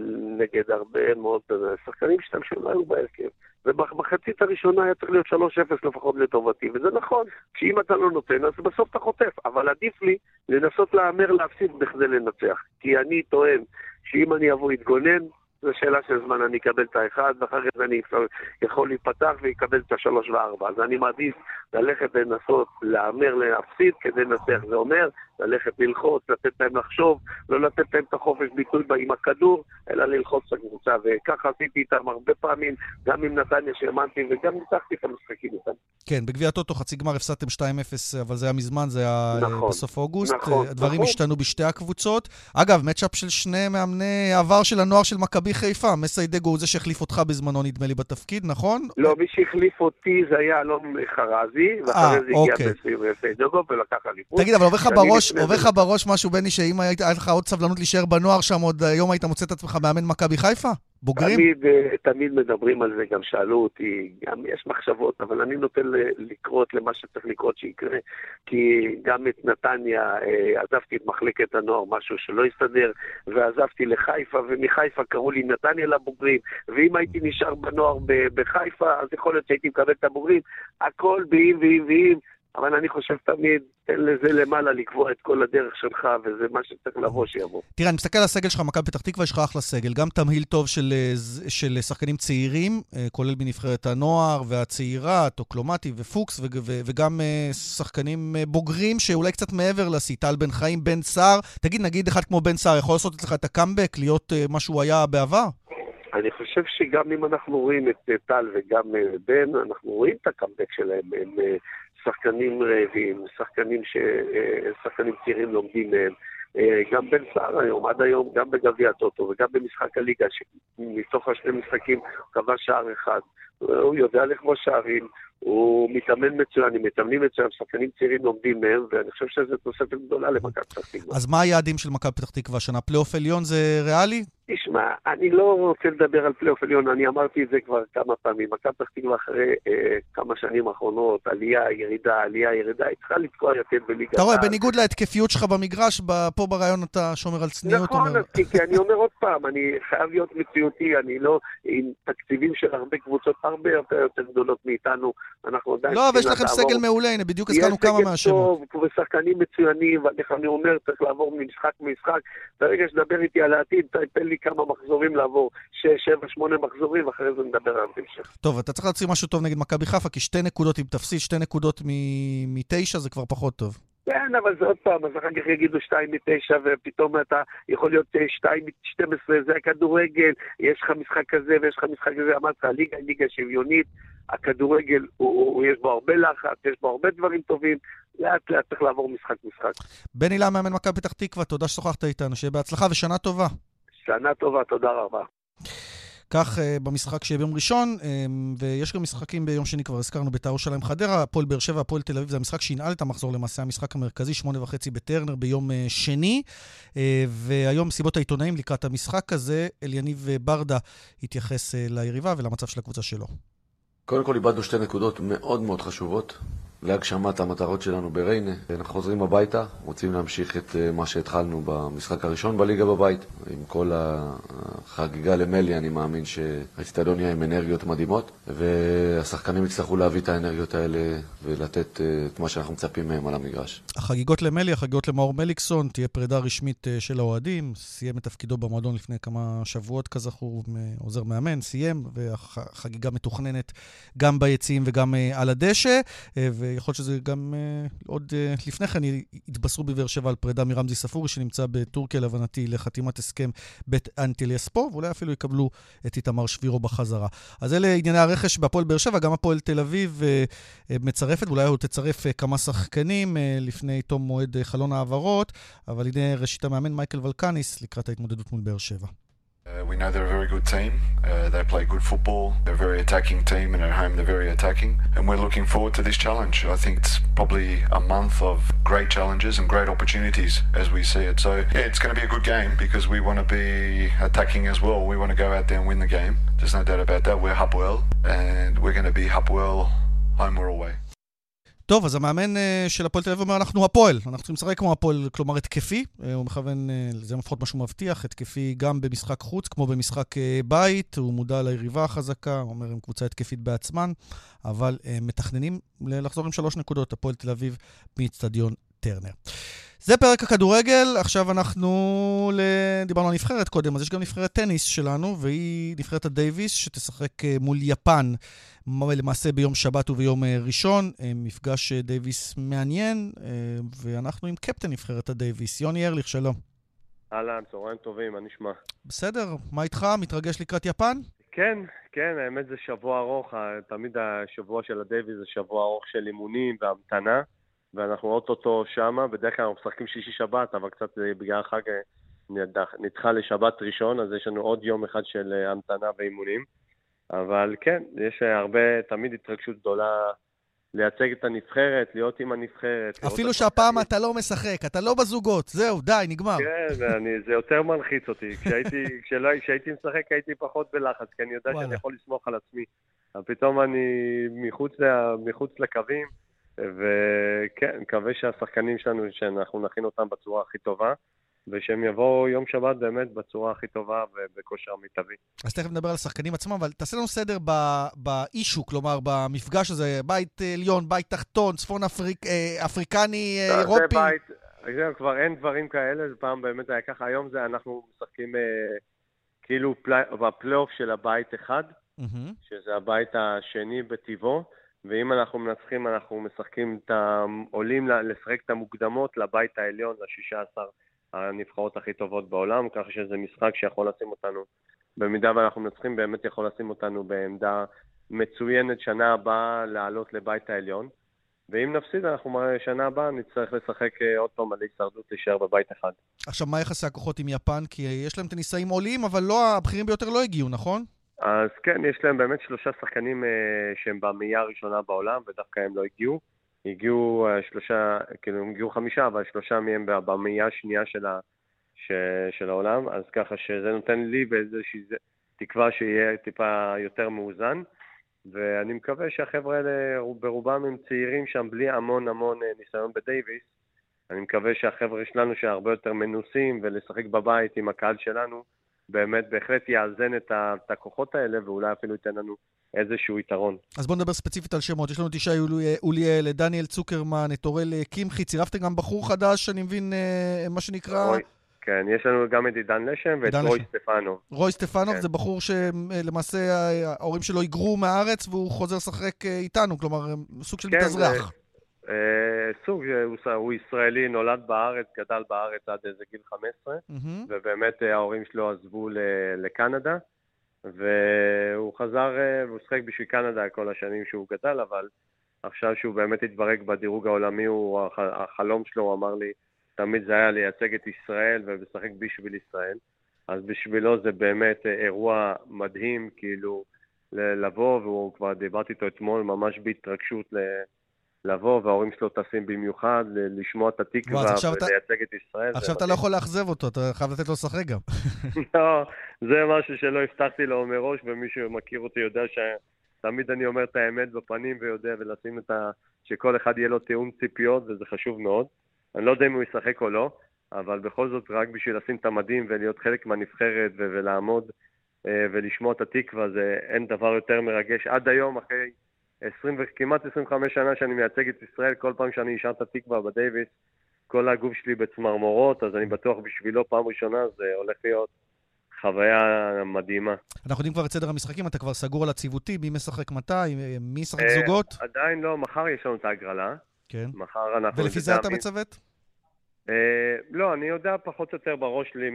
נגד הרבה מאוד שחקנים שאתם שלא היו בהרכב. ובמחצית הראשונה היה צריך להיות שלוש אפס לפחות לטובתי, וזה נכון, שאם אתה לא נותן, אז בסוף אתה חוטף. אבל עדיף לי לנסות לאמר להפסיד בכדי לנצח. כי אני טוען שאם אני אבוא להתגונן, זו שאלה של זמן, אני אקבל את האחד, ואחר כך אני יכול להיפתח ויקבל את השלוש וארבע. אז אני מעדיף ללכת לנסות לאמר להפסיד כדי לנצח. זה אומר ללכת ללחוץ, לתת להם לחשוב, לא לתת להם את החופש ביטוי עם הכדור, אלא ללחוץ את הקבוצה. וככה עשיתי איתם הרבה פעמים, גם עם נתניה שהאמנתי, וגם ניצחתי את המשחקים איתם. כן, בגביע הטוטו חצי גמר הפסדתם שתיים אפס, אבל זה היה מזמן, זה היה נכון, בסוף אוגוסט. נכון, הדברים נכון. השתנו בשתי הקבוצות. אגב, מצ'אפ של שני מאמני העבר של הנוער של מכבי חיפה. מסיידגו הוא זה שהחליף אותך בזמנו, נדמה לי, בתפקיד, נכון? לא, מי שהחליף אותי זה היה אלון חרזי, ואחרי זה הגיע מסיידגו ולקח אליפות. תגיד, אבל עובר לך בראש, עובר לך בראש משהו, בני, שאם היה לך עוד סבלנות להישאר בנוער שם, עוד היום היית מוצא את עצמך מאמן מכבי חיפה? בוגרים? תמיד, תמיד מדברים על זה, גם שאלו אותי, גם יש מחשבות, אבל אני נותן לקרות למה שצריך לקרות שיקרה, כי גם את נתניה, עזבתי את מחלקת הנוער, משהו שלא יסתדר, ועזבתי לחיפה, ומחיפה קראו לי נתניה לבוגרים, ואם הייתי נשאר בנוער בחיפה, אז יכול להיות שהייתי מקבל את הבוגרים, הכל באים ואם ואם, אבל אני חושב תמיד, תן לזה למעלה לקבוע את כל הדרך שלך, וזה מה שצריך לבוא שיבוא. תראה, אני מסתכל על הסגל שלך, מכבי פתח תקווה, יש לך אחלה סגל, גם תמהיל טוב של, של שחקנים צעירים, כולל בנבחרת הנוער והצעירה, טוקלומטי ופוקס, ו, ו, וגם שחקנים בוגרים, שאולי קצת מעבר לשיא, טל בן חיים, בן סער. תגיד, נגיד אחד כמו בן סער, יכול לעשות אצלך את הקאמבק, להיות מה שהוא היה בעבר? אני חושב שגם אם אנחנו רואים את טל וגם בן, אנחנו רואים את הקאמבק שלהם, הם שחקנים רעבים, שחקנים ש... שחקנים צעירים לומדים מהם. גם בן סער היום, עד היום, גם בגביע הטוטו וגם במשחק הליגה, שמתוך השני משחקים הוא קבע שער אחד. הוא יודע לכבוש שערים, הוא מתאמן מצוין, הם מתאמנים מצוין, שחקנים צעירים לומדים מהם, ואני חושב שזו תוספת גדולה למכבי פתח תקווה. אז מה היעדים של מכבי פתח תקווה השנה? פלייאוף עליון זה ריאלי? תשמע, אני לא רוצה לדבר על פלייאוף עליון, אני אמרתי את זה כבר כמה פעמים. מכבי פתח תקווה אחרי אה, כמה שנים האחרונות, עלייה, ירידה, עלייה, ירידה, היא צריכה לתקוע יותר בליגה. אתה רואה, בניגוד להתקפיות שלך במגרש, פה ברעיון אתה שומר על צניעות. נכון, אומר... כי, כי אני אומר עוד פעם, אני חייב להיות מציאותי, אני לא עם תקציבים של הרבה קבוצות, הרבה יותר, יותר גדולות מאיתנו. לא, אבל יש לכם סגל מעולה, הנה, בדיוק הזכרנו כמה מהשמות. יש סגל טוב, ושחקנים מצוינים, ואני אומר, צריך לעבור ממשחק ממשחק. ברגע שדבר איתי על העתיד, תן לי כמה מחזורים לעבור, שש, שבע, שמונה מחזורים, ואחרי זה נדבר על המשך. טוב, אתה צריך להציע משהו טוב נגד מכבי חיפה, כי שתי נקודות, אם תפסיד שתי נקודות מתשע, זה כבר פחות טוב. כן, אבל זה עוד פעם, אז אחר כך יגידו שתיים מתשע, ופתאום אתה יכול להיות שתיים משתים עשרה, זה הכדורגל, יש לך משחק כזה ויש לך משחק כזה, אמרת, הליגה היא ליגה שוויונית, הכדורגל, הוא, הוא, יש בו הרבה לחץ, יש בו הרבה דברים טובים, לאט לאט צריך לעבור משחק משחק. בני לם, מאמן מכבי פתח תקווה, תודה ששוחחת איתנו, שיהיה בהצלחה ושנה טובה. שנה טובה, תודה רבה. כך uh, במשחק שיהיה ביום ראשון, um, ויש גם משחקים ביום שני, כבר הזכרנו, בית"ר ירושלים חדרה, הפועל באר שבע, הפועל תל אביב, זה המשחק שינעל את המחזור למעשה, המשחק המרכזי, שמונה וחצי בטרנר ביום uh, שני, uh, והיום סיבות העיתונאים לקראת המשחק הזה, אליניב ברדה התייחס uh, ליריבה ולמצב של הקבוצה שלו. קודם כל איבדנו שתי נקודות מאוד מאוד חשובות להגשמת המטרות שלנו בריינה. אנחנו חוזרים הביתה, רוצים להמשיך את מה שהתחלנו במשחק הראשון בליגה בבית. עם כל החגיגה למלי, אני מאמין שהאצטדיון יהיה עם אנרגיות מדהימות, והשחקנים יצטרכו להביא את האנרגיות האלה ולתת את מה שאנחנו מצפים מהם על המגרש. החגיגות למלי, החגיגות למאור מליקסון, תהיה פרידה רשמית של האוהדים, סיים את תפקידו במועדון לפני כמה שבועות כזכור, עוזר מאמן, סיים, והחגיגה מתוכננת גם ביציעים וגם על הדשא, ו ויכול שזה גם עוד לפני כן יתבשרו בבאר שבע על פרידה מרמזי ספורי, שנמצא בטורקיה להבנתי לחתימת הסכם בית אנטליאספור, ואולי אפילו יקבלו את איתמר שבירו בחזרה. אז אלה ענייני הרכש בהפועל באר שבע, גם הפועל תל אביב מצרפת, ואולי הוא תצרף כמה שחקנים לפני תום מועד חלון העברות, אבל הנה ראשית המאמן מייקל ולקניס לקראת ההתמודדות מול באר שבע. Uh, we know they're a very good team. Uh, they play good football. They're a very attacking team, and at home they're very attacking. And we're looking forward to this challenge. I think it's probably a month of great challenges and great opportunities as we see it. So yeah, it's going to be a good game because we want to be attacking as well. We want to go out there and win the game. There's no doubt about that. We're Hapoel, and we're going to be Hapoel home or away. טוב, אז המאמן של הפועל תל אביב אומר, אנחנו הפועל, אנחנו צריכים לשחק כמו הפועל, כלומר התקפי, הוא מכוון, זה לפחות משהו מבטיח, התקפי גם במשחק חוץ, כמו במשחק בית, הוא מודע ליריבה החזקה, הוא אומר, הם קבוצה התקפית בעצמן, אבל מתכננים לחזור עם שלוש נקודות, הפועל תל אביב מאצטדיון טרנר. זה פרק הכדורגל, עכשיו אנחנו דיברנו על נבחרת קודם, אז יש גם נבחרת טניס שלנו, והיא נבחרת הדייביס, שתשחק מול יפן, למעשה ביום שבת וביום ראשון, מפגש דייביס מעניין, ואנחנו עם קפטן נבחרת הדייביס, יוני ארליך, שלום. אהלן, צהריים טובים, מה נשמע? בסדר, מה איתך? מתרגש לקראת יפן? כן, כן, האמת זה שבוע ארוך, תמיד השבוע של הדייביס זה שבוע ארוך של אימונים והמתנה, ואנחנו אוטוטו שמה, בדרך כלל אנחנו משחקים שישי שבת, אבל קצת בגלל החג נדחה לשבת ראשון, אז יש לנו עוד יום אחד של המתנה ואימונים. אבל כן, יש הרבה, תמיד התרגשות גדולה לייצג את הנבחרת, להיות עם הנבחרת. אפילו שהפעם אתה לא משחק, אתה לא בזוגות, זהו, די, נגמר. כן, אני, זה יותר מלחיץ אותי. כשהייתי, כשלא, כשהייתי משחק הייתי פחות בלחץ, כי אני יודע וואלה. שאני יכול לסמוך על עצמי. אבל פתאום אני מחוץ, מחוץ לקווים, וכן, מקווה שהשחקנים שלנו, שאנחנו נכין אותם בצורה הכי טובה, ושהם יבואו יום שבת באמת בצורה הכי טובה ובכושר מיטבי. אז תכף נדבר על השחקנים עצמם, אבל תעשה לנו סדר באישו, כלומר במפגש הזה, בית עליון, בית תחתון, צפון אפריק, אפריקני, אירופי. זה בית, כבר אין דברים כאלה, זה פעם באמת היה ככה, היום זה אנחנו משחקים כאילו בפלייאוף של הבית אחד, שזה הבית השני בטבעו, ואם אנחנו מנצחים אנחנו משחקים את העולים לשחק את המוקדמות לבית העליון, ל-שישה עשר הנבחרות הכי טובות בעולם, כך שזה משחק שיכול לשים אותנו, במידה ואנחנו מנצחים, באמת יכול לשים אותנו בעמדה מצוינת שנה הבאה לעלות לבית העליון, ואם נפסיד, אנחנו שנה הבאה נצטרך לשחק עוד פעם על הישרדות להישאר בבית אחד. עכשיו, מה יחסי הכוחות עם יפן? כי יש להם טניסאים עולים, אבל לא, הבכירים ביותר לא הגיעו, נכון? אז כן, יש להם באמת שלושה שחקנים שהם במאייה הראשונה בעולם, ודווקא הם לא הגיעו. הגיעו שלושה, כאילו הם הגיעו חמישה, אבל שלושה מהם במאייה השנייה של, ה, ש, של העולם, אז ככה שזה נותן לי באיזושהי תקווה שיהיה טיפה יותר מאוזן, ואני מקווה שהחבר'ה האלה ברובם הם צעירים שם בלי המון המון ניסיון בדייביס, אני מקווה שהחבר'ה שלנו שהרבה יותר מנוסים ולשחק בבית עם הקהל שלנו, באמת בהחלט יאזן את, ה, את הכוחות האלה, ואולי אפילו ייתן לנו איזשהו יתרון. אז בואו נדבר ספציפית על שמות. יש לנו תשעה אוליאל, דניאל צוקרמן, את אורל קמחי, צירפתם גם בחור חדש, אני מבין מה שנקרא... רוי, כן, יש לנו גם את עידן לשם ואת רוי סטפנוב. רוי סטפנוב כן. זה בחור שלמעשה ההורים שלו היגרו מהארץ, והוא חוזר לשחק איתנו, כלומר סוג של כן, מתאזרח. זה... סוג, הוא, הוא ישראלי, נולד בארץ, גדל בארץ עד איזה גיל חמש עשרה, mm-hmm. ובאמת ההורים שלו עזבו לקנדה, והוא חזר, והוא שחק בשביל קנדה כל השנים שהוא גדל, אבל עכשיו שהוא באמת התברג בדירוג העולמי, הוא, החלום שלו, הוא אמר לי, תמיד זה היה לייצג את ישראל ולשחק בשביל ישראל, אז בשבילו זה באמת אירוע מדהים, כאילו, לבוא, והוא כבר דיברתי איתו אתמול, ממש בהתרגשות ל... לבוא, וההורים שלו טסים במיוחד, לשמוע את התקווה ולייצג את ישראל. עכשיו אתה לא יכול לאכזב אותו, אתה חייב לתת לו לשחק גם. לא, זה משהו שלא הבטחתי לו מראש, ומי שמכיר אותי יודע שתמיד אני אומר את האמת בפנים ויודע, ולשים את ה... שכל אחד יהיה לו תיאום ציפיות, וזה חשוב מאוד. אני לא יודע אם הוא ישחק או לא, אבל בכל זאת רק בשביל לשים את המדים ולהיות חלק מהנבחרת ולעמוד ולשמוע את התקווה, זה אין דבר יותר מרגש. עד היום, אחרי עשרים, כמעט עשרים וחמש שנה שאני מייצג את ישראל, כל פעם שאני אשאר את התקווה בדייביס, כל הגוף שלי בצמרמורות, אז אני בטוח בשבילו פעם ראשונה, זה הולך להיות חוויה מדהימה. אנחנו יודעים כבר את סדר המשחקים, אתה כבר סגור על הציוותי, מי משחק מתי, מי משחק זוגות? עדיין לא, מחר יש לנו את ההגרלה. כן. מחר אנחנו... ולפי זה אתה מצוות? לא, אני יודע פחות או יותר בראש לי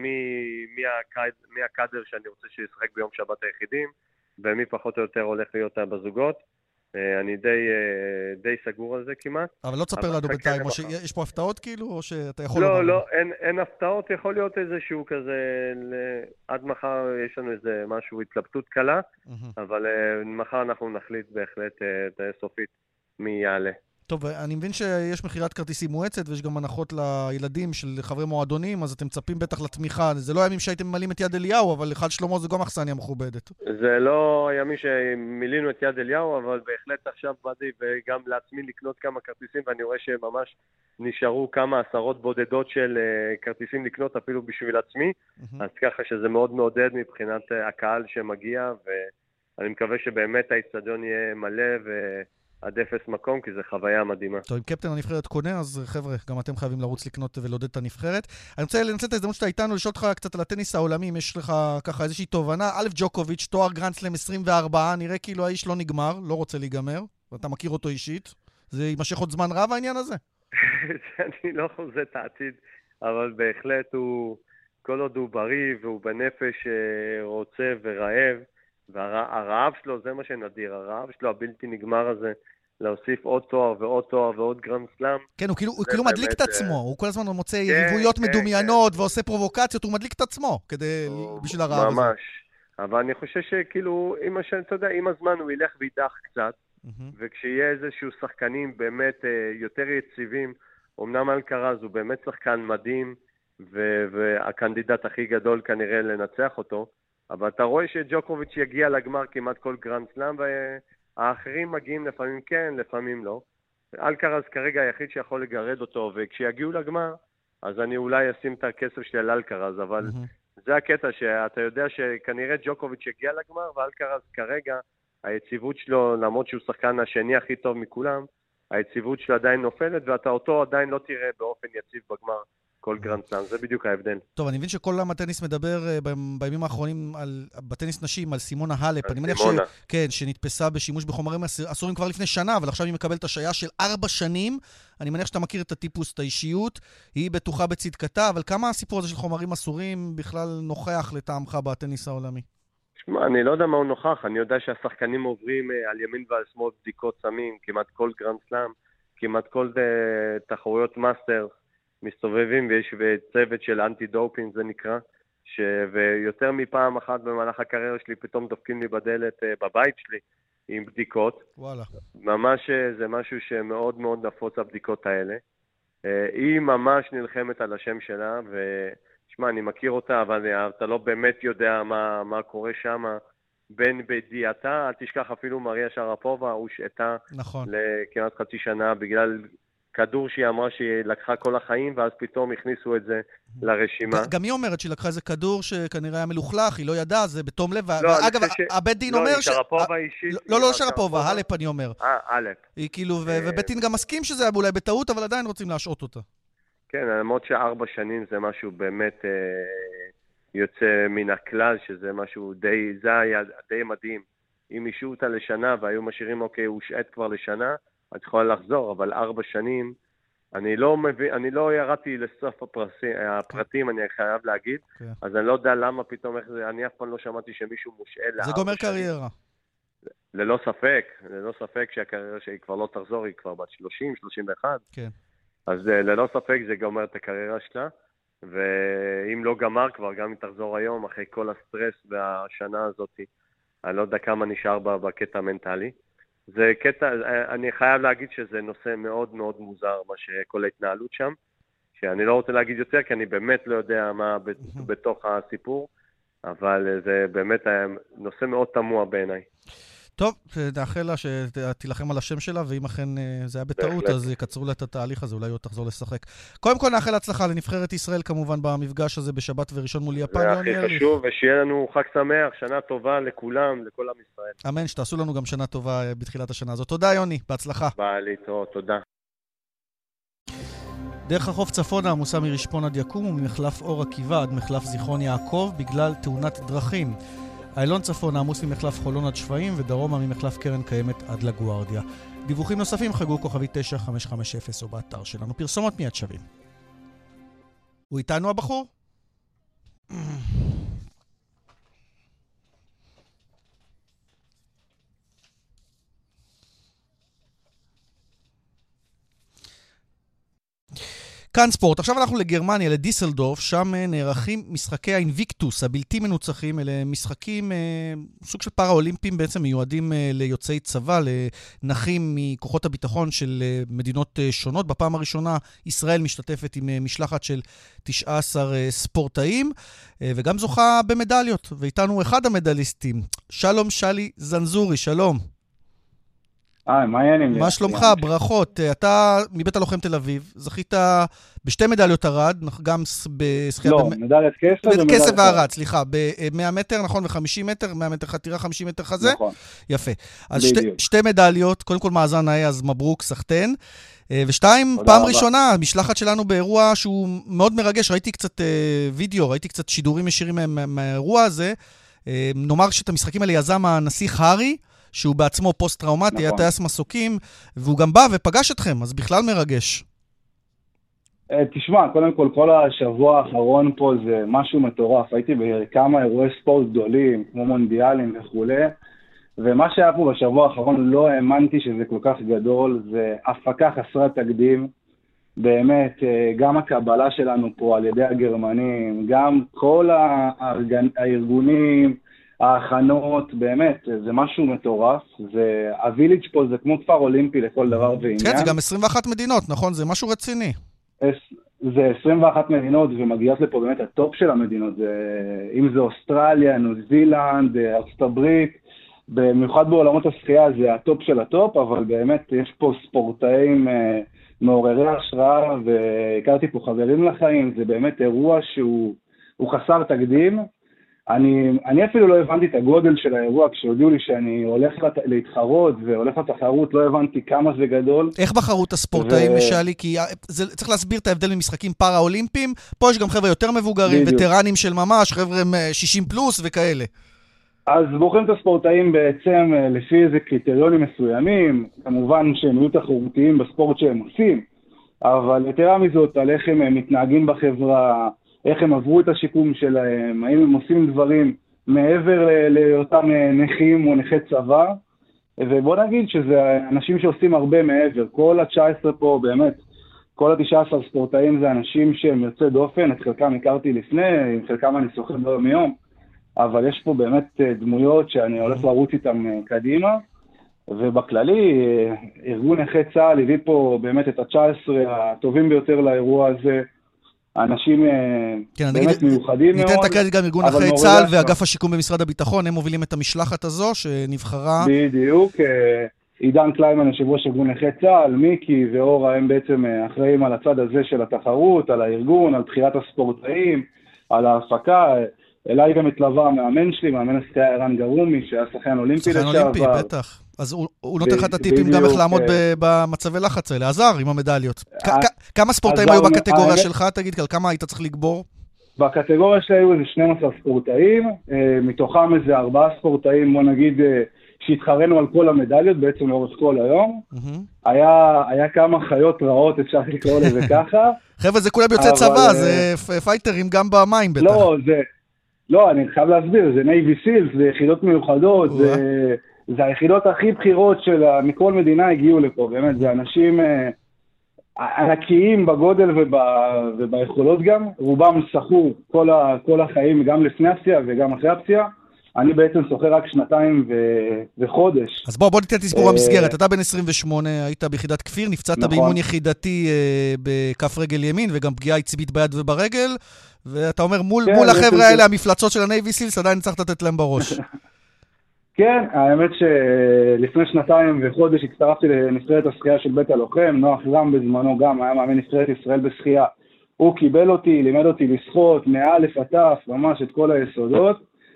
מי הקאדר שאני רוצה שישחק ביום שבת היחידים, ומי פחות או יותר הולך להיות בזוגות. אני די, די סגור על זה כמעט. אבל לא תספר לנו בינתיים, יש פה הפתעות כאילו, או שאתה יכול... לא, לא, אין, אין הפתעות, יכול להיות איזשהו כזה, עד מחר יש לנו איזה משהו, התלבטות קלה, אבל מחר אנחנו נחליט בהחלט סופית מי יעלה. טוב, אני מבין שיש מחירת כרטיסים מועצת, ויש גם הנחות לילדים של חברי מועדונים, אז אתם מצפים בטח לתמיכה. זה לא הימים שהייתם ממלאים את יד אליהו, אבל אחד שלמה זה גם אכסניה מכובדת. זה לא הימים שמילינו את יד אליהו, אבל בהחלט עכשיו באתי וגם לעצמי לקנות כמה כרטיסים, ואני רואה שממש נשארו כמה עשרות בודדות של כרטיסים לקנות אפילו בשביל עצמי, אז ככה שזה מאוד מעודד מבחינת הקהל שמגיע, ואני מקווה שבאמת האצטדיון יהיה מלא ו... עד אפס מקום, כי זה חוויה מדהימה. טוב, אם קפטן הנבחרת קונה, אז חבר'ה, גם אתם חייבים לרוץ לקנות ולעודד את הנבחרת. אני רוצה לנצל את ההזדמנות שאתה איתנו, לשאול אותך קצת על הטניס העולמי, אם יש לך ככה איזושהי תובנה. א', ג'וקוביץ', תואר גרנדסלאם עשרים וארבע, נראה כאילו האיש לא נגמר, לא רוצה להיגמר, ואתה מכיר אותו אישית. זה יימשך עוד זמן רב העניין הזה? אני לא חוזה את העתיד, אבל בהחלט הוא, כל עוד הוא בריא, והוא בנפש רוצה ורעב, והרעב שלו, זה מה שנדיר, הרעב שלו הבלתי נגמר הזה, להוסיף עוד תואר ועוד תואר ועוד גרנד סלאם. כן, הוא כאילו, הוא כאילו מדליק את עצמו, הוא כל הזמן מוצא יריבויות מדומיינות ועושה פרובוקציות, הוא מדליק את עצמו כדי, בשביל הרעב הזה. ממש, אבל אני חושב שכאילו, אתה יודע, עם הזמן הוא ילך וידח קצת, וכשיהיה איזשהו שחקנים באמת יותר יציבים, אמנם אלקרז הוא באמת שחקן מדהים, והקנדידט הכי גדול כנראה לנצח אותו, אבל אתה רואה שג'וקוביץ' יגיע לגמר כמעט כל גרנד סלאם, והאחרים מגיעים לפעמים כן, לפעמים לא. אלקרז כרגע היחיד שיכול לגרד אותו, וכשיגיעו לגמר, אז אני אולי אשים את הכסף שלי על אלקרז, אבל mm-hmm. זה הקטע שאתה יודע שכנראה ג'וקוביץ' יגיע לגמר, ואלקרז כרגע, היציבות שלו, למרות שהוא שחקן השני הכי טוב מכולם, היציבות שלו עדיין נופלת, ואתה אותו עדיין לא תראה באופן יציב בגמר. כל גרנד סלאם, זה בדיוק ההבדל. טוב, אני מבין שכל עולם הטניס מדבר בימים האחרונים על, בטניס נשים, על סימונה הלפ. אני מניח ש... כן, שנתפסה בשימוש בחומרים אסורים כבר לפני שנה, אבל עכשיו היא מקבלת השעיה של ארבע שנים. אני מניח שאתה מכיר את הטיפוס, את האישיות. היא בטוחה בצדקתה, אבל כמה הסיפור הזה של חומרים אסורים בכלל נוכח לטעמך בטניס העולמי? שמע, אני לא יודע מה הוא נוכח. אני יודע שהשחקנים עוברים על ימין ועל שמאל בדיקות סמים, כמעט כל גרנד סלאם, כמעט כל תחרויות מאסטר. מסתובבים ויש צוות של אנטי דופינג זה נקרא, ש... ויותר מפעם אחת במהלך הקריירה שלי פתאום דופקים לי בדלת בבית שלי עם בדיקות. וואלה. ממש זה משהו שמאוד מאוד נפוץ הבדיקות האלה. היא ממש נלחמת על השם שלה, ושמע, אני מכיר אותה, אבל אתה לא באמת יודע מה, מה קורה שם. בין בדיאטה, אל תשכח אפילו מריה שרפובה, הוא שעתה נכון. לכמעט חצי שנה בגלל... כדור שהיא אמרה שהיא לקחה כל החיים, ואז פתאום הכניסו את זה לרשימה. גם היא אומרת שהיא לקחה איזה כדור שכנראה היה מלוכלך, היא לא ידעה, זה בתום לב. ואגב, הבית דין אומר ש... לא, שרפובה אישית. לא, לא שרפובה, הלפ אני אומר. אה, הלפ. היא כאילו, ובית דין גם מסכים שזה היה אולי בטעות, אבל עדיין רוצים להשעות אותה. כן, למרות שארבע שנים זה משהו באמת יוצא מן הכלל, שזה משהו די, זה היה די מדהים. אם אישו אותה לשנה, והיו משאירים, אוקיי, הוא שעת כבר לשנה, את יכולה לחזור, אבל ארבע שנים, אני לא מבין, אני לא ירדתי לסוף הפרסים, הפרטים, אני חייב להגיד, אז אני לא יודע למה פתאום איך זה, אני אף פעם לא שמעתי שמישהו מושאל לארבע שנים. זה גומר קריירה. ללא ספק, ללא ספק שהקריירה שהיא כבר לא תחזור, היא כבר בת שלושים, שלושים ואחת. כן. אז ללא ספק זה גומר את הקריירה שלה, ואם לא גמר כבר, גם אם תחזור היום, אחרי כל הסטרס והשנה הזאת, אני לא יודע כמה נשאר בה בקטע המנטלי. זה קטע, אני חייב להגיד שזה נושא מאוד מאוד מוזר, מה שכל ההתנהלות שם, שאני לא רוצה להגיד יותר, כי אני באמת לא יודע מה בתוך הסיפור, אבל זה באמת נושא מאוד תמוה בעיניי. טוב, נאחל לה שתילחם על השם שלה, ואם אכן זה היה בטעות, אז יקצרו לה את התהליך הזה, אולי היא עוד תחזור לשחק. קודם כל נאחל הצלחה לנבחרת ישראל, כמובן, במפגש הזה בשבת וראשון מול יפן. זה הכי חשוב, ושיהיה לנו חג שמח, שנה טובה לכולם, לכל עם ישראל. אמן, שתעשו לנו גם שנה טובה בתחילת השנה הזאת. תודה, יוני, בהצלחה. ביי, להתראות, תודה. דרך החוף צפונה עמוסה מרשפון עד יקום וממחלף אור עקיבא עד מחלף זיכרון יעקב בגלל תאונת דרכים. איילון צפונה עמוס ממחלף חולון עד שפיים ודרומה ממחלף קרן קיימת עד לגוארדיה. דיווחים נוספים חגו כוכבי תשע חמש חמש אפס או באתר שלנו. פרסומות מיד שווים. הוא איתנו הבחור? כאן ספורט. עכשיו אנחנו לגרמניה, לדיסלדורף, שם נערכים משחקי האינביקטוס, הבלתי מנוצחים. אלה משחקים, סוג של פארה-אולימפיים, בעצם מיועדים ליוצאי צבא, לנחים מכוחות הביטחון של מדינות שונות. בפעם הראשונה ישראל משתתפת עם משלחת של תשעה עשר ספורטאים, וגם זוכה במדליות. ואיתנו אחד המדליסטים, שלום שלי זנזורי, שלום. אה, מה העניינים? מה שלומך? ברכות. אתה מבית הלוחם תל אביב, זכית בשתי מדליות ארד, גם בשחייה... לא, מדליית כסף ומדליית... כסף והרד, סליחה, ב-מאה מטר, נכון, ו-חמישים מטר, מאה מטר חתירה, חמישים מטר חזה. נכון. יפה. אז שתי מדליות, קודם כל מאזן היה, אז מברוק, סחטן. ושתיים, פעם ראשונה, המשלחת שלנו באירוע שהוא מאוד מרגש, ראיתי קצת וידאו, ראיתי קצת שידורים ישירים מהאירוע הזה. נאמר שאת המשחקים האלה יזם הנסיך הארי, שהוא בעצמו פוסט-טראומטי, היה טייס מסוקים, והוא גם בא ופגש אתכם, אז בכלל מרגש. תשמע, קודם כל, כל השבוע האחרון פה זה משהו מטורף. הייתי בכמה אירועי ספורט גדולים, כמו מונדיאלים וכו', ומה שהיה פה בשבוע האחרון לא האמנתי שזה כל כך גדול, זה הפקה חסרת תקדים. באמת, גם הקבלה שלנו פה על ידי הגרמנים, גם כל הארגונים, ההכנות, באמת, זה משהו מטורף. זה, הוויליג' פה זה כמו כפר אולימפי לכל דבר ועניין. כן, זה גם עשרים ואחת מדינות, נכון? זה משהו רציני. זה עשרים ואחת מדינות, ומגיעות לפה באמת הטופ של המדינות. זה, אם זה אוסטרליה, ניו זילנד, ארצות הברית, במיוחד בעולמות השחייה זה הטופ של הטופ, אבל באמת יש פה ספורטאים מעוררי השראה, והכרתי פה חברים לחיים. זה באמת אירוע שהוא חסר תקדים. אני, אני אפילו לא הבנתי את הגודל של האירוע, כשהודיעו לי שאני הולך להתחרות והולך לתחרות, לא הבנתי כמה זה גדול. איך בחרו את הספורטאים, ו... שאלי? כי זה, צריך להסביר את ההבדל ממשחקים פארה-אולימפיים, פה יש גם חבר'ה יותר מבוגרים, בדיוק. וטרנים של ממש, חבר'ה שישים פלוס וכאלה. אז בוחרים את הספורטאים בעצם לפי איזה קריטריונים מסוימים, כמובן שהם יהיו תחרותיים בספורט שהם עושים, אבל יתרה מזאת, על איך הם מתנהגים בחברה, איך הם עברו את השיקום שלהם, האם הם עושים דברים מעבר לאותם נכים או נכי צבא, ובוא נגיד שזה אנשים שעושים הרבה מעבר. כל ה-תשע עשרה פה באמת, כל ה-תשע עשר ספורטאים זה אנשים שהם יוצא דופן, את חלקם הכרתי לפני, עם חלקם אני שוחח ביום יום, אבל יש פה באמת דמויות שאני הולך לרוץ איתם קדימה, ובכללי, ארגון נכי צה"ל הביא פה באמת את ה-תשע עשרה הטובים ביותר לאירוע הזה, אנשים כן, באמת נגיד, מיוחדים ניתן מאוד. ניתן את הקרדיט גם ארגון נכי צה"ל ואגף השיקום במשרד הביטחון, הם מובילים את המשלחת הזו שנבחרה. בדיוק, עידן קליימן, יושב ראש ארגון נכי צה"ל, מיקי ואורה, הם בעצם אחראים על הצד הזה של התחרות, על הארגון, על בחירת הספורטאים, על ההפקה. אליי גם התלווה מאמן שלי, מאמן השחייה ערן גרומי, שהיה שחקן אולימפי לשעבר. שחקן אולימפי, בטח. אז הוא, הוא נותן לך את הטיפים גם איך לעמוד במצבי לחץ האלה, עזר עם המדליות. כמה ספורטאים היו בקטגוריה שלך, תגיד, כמה היית צריך לגבור? בקטגוריה שלי היו איזה שנים עשר ספורטאים, מתוכם איזה ארבעה ספורטאים, בוא נגיד, שהתחרנו על כל המדליות, בעצם לאורך כל היום. היה כמה חיות רעות, אפשר לקרוא לזה ככה. חבר'ה, זה כולם יוצא צבא, זה פייטרים גם במים בטח. לא, זה... לא, אני חייב להסביר, זה נייבי סילס, זה יחידות מיוחדות, זה, זה היחידות הכי בחירות של מכל מדינה הגיעו לפה, באמת, זה אנשים אה, ענקיים בגודל ובא, וביכולות גם, רובם שחו כל, ה, כל החיים, גם לפני הפציעה וגם אחרי הפציעה, אני בעצם שוחה רק שנתיים ו, וחודש. אז בוא, בוא ניתן תסבור המסגרת, אתה בן עשרים ושמונה, היית ביחידת כפיר, נפצעת נכון. באימון יחידתי אה, בכף רגל ימין, וגם פגיעה עצבית ביד וברגל, ואתה אומר, מול, כן, מול החבר'ה האלה, המפלצות של הנייבי סילס, עדיין צריך לתת להם בראש. כן, האמת שלפני שנתיים וחודש הצטרפתי לנבחרת השחייה של בית הלוחם, נוח רם בזמנו גם, היה מאמן נבחרת ישראל בשחייה. הוא קיבל אותי, לימד אותי לשחות, מאלף עד תף, ממש את כל היסודות,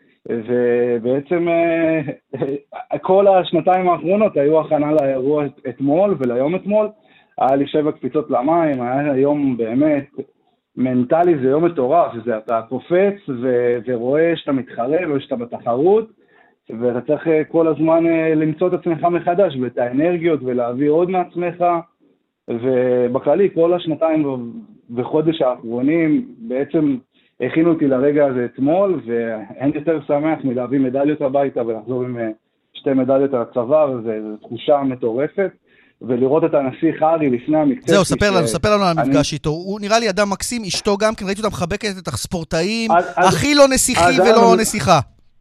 ובעצם כל השנתיים האחרונות היו הכנה לאירוע אתמול וליום אתמול. היה לי שבע קפיצות למים, היה יום באמת מנטלי, זה יום מטורף, זה אתה קופץ ו- ורואה שאתה מתחרה ושאתה בתחרות, ואתה צריך כל הזמן למצוא את עצמך מחדש, ואת האנרגיות ולהביא עוד מעצמך, ובכללי כל השנתיים וחודש האחרונים בעצם הכינו אותי לרגע הזה אתמול, ואין יותר שמח מלהביא מדליות הביתה ולחזור עם שתי מדליות על הצוואר, וזו תחושה מטורפת. ולראות את הנסיך הארי לפני המקצוע. זהו, ספר לנו, ספר לנו על המפגש איתו. הוא נראה לי אדם מקסים, אשתו גם כן, ראיתי אותה מחבקת את הספורטאים, הכי לא נסיכי ולא נסיכה.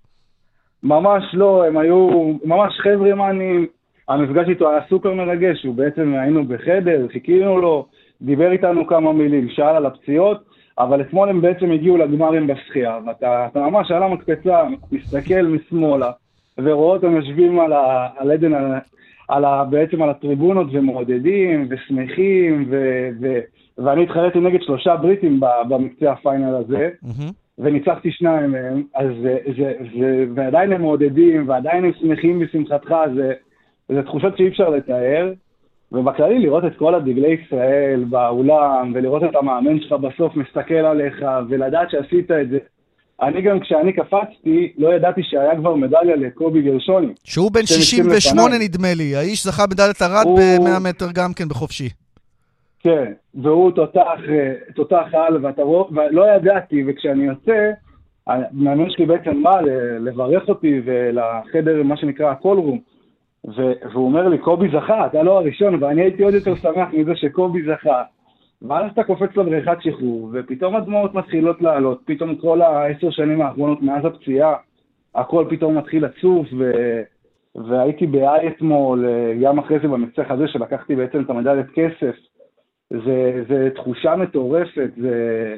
ממש לא, הם היו ממש חבר'ה מעניינים. המפגש איתו היה סופר מרגש, הוא בעצם היינו בחדר, חיכינו לו, דיבר איתנו כמה מילים, שאל על הפציעות, אבל אתמול הם בעצם הגיעו לגמרים בשחייה, ואתה ממש על המקפצה, מסתכל משמאלה, ורואה אותם יושבים על עדן, על ה, בעצם על הטריבונות ומעודדים ושמחים, ו, ו, ואני התחרתי נגד שלושה בריטים במקצוע הפיינל הזה, mm-hmm. וניצחתי שניים מהם, אז זה, זה, זה, ועדיין הם מעודדים, ועדיין הם שמחים בשמחתך, זה, זה תחושות שאי אפשר לתאר, ובכללי לראות את כל הדגלי ישראל באולם, ולראות את המאמן שלך בסוף מסתכל עליך, ולדעת שעשית את זה, אני גם כשאני קפצתי, לא ידעתי שהיה כבר מדליה לקובי גרשוני. שהוא בן שישים ושמונה נדמה לי, האיש זכה מדליית ארד הוא... ב-מאה מטר גם כן בחופשי. כן, והוא תותח, תותח על, ואתה רוא... ולא ידעתי, וכשאני יוצא, המאמן שלי בעצם בא לברך אותי ולחדר, מה שנקרא הקול רום, ו... והוא אומר לי, קובי זכה, אתה לא הראשון, ואני הייתי עוד יותר שמח מזה שקובי זכה. ואז אתה קופץ לבריכת שחרור, ופתאום הדמעות מתחילות לעלות, פתאום כל העשר שנים האחרונות מאז הפציעה, הכל פתאום מתחיל לצוף, ו... והייתי בעי אתמול, גם אחרי זה במצח הזה שלקחתי בעצם את המדליית כסף, זה, זה תחושה מטורפת, זה...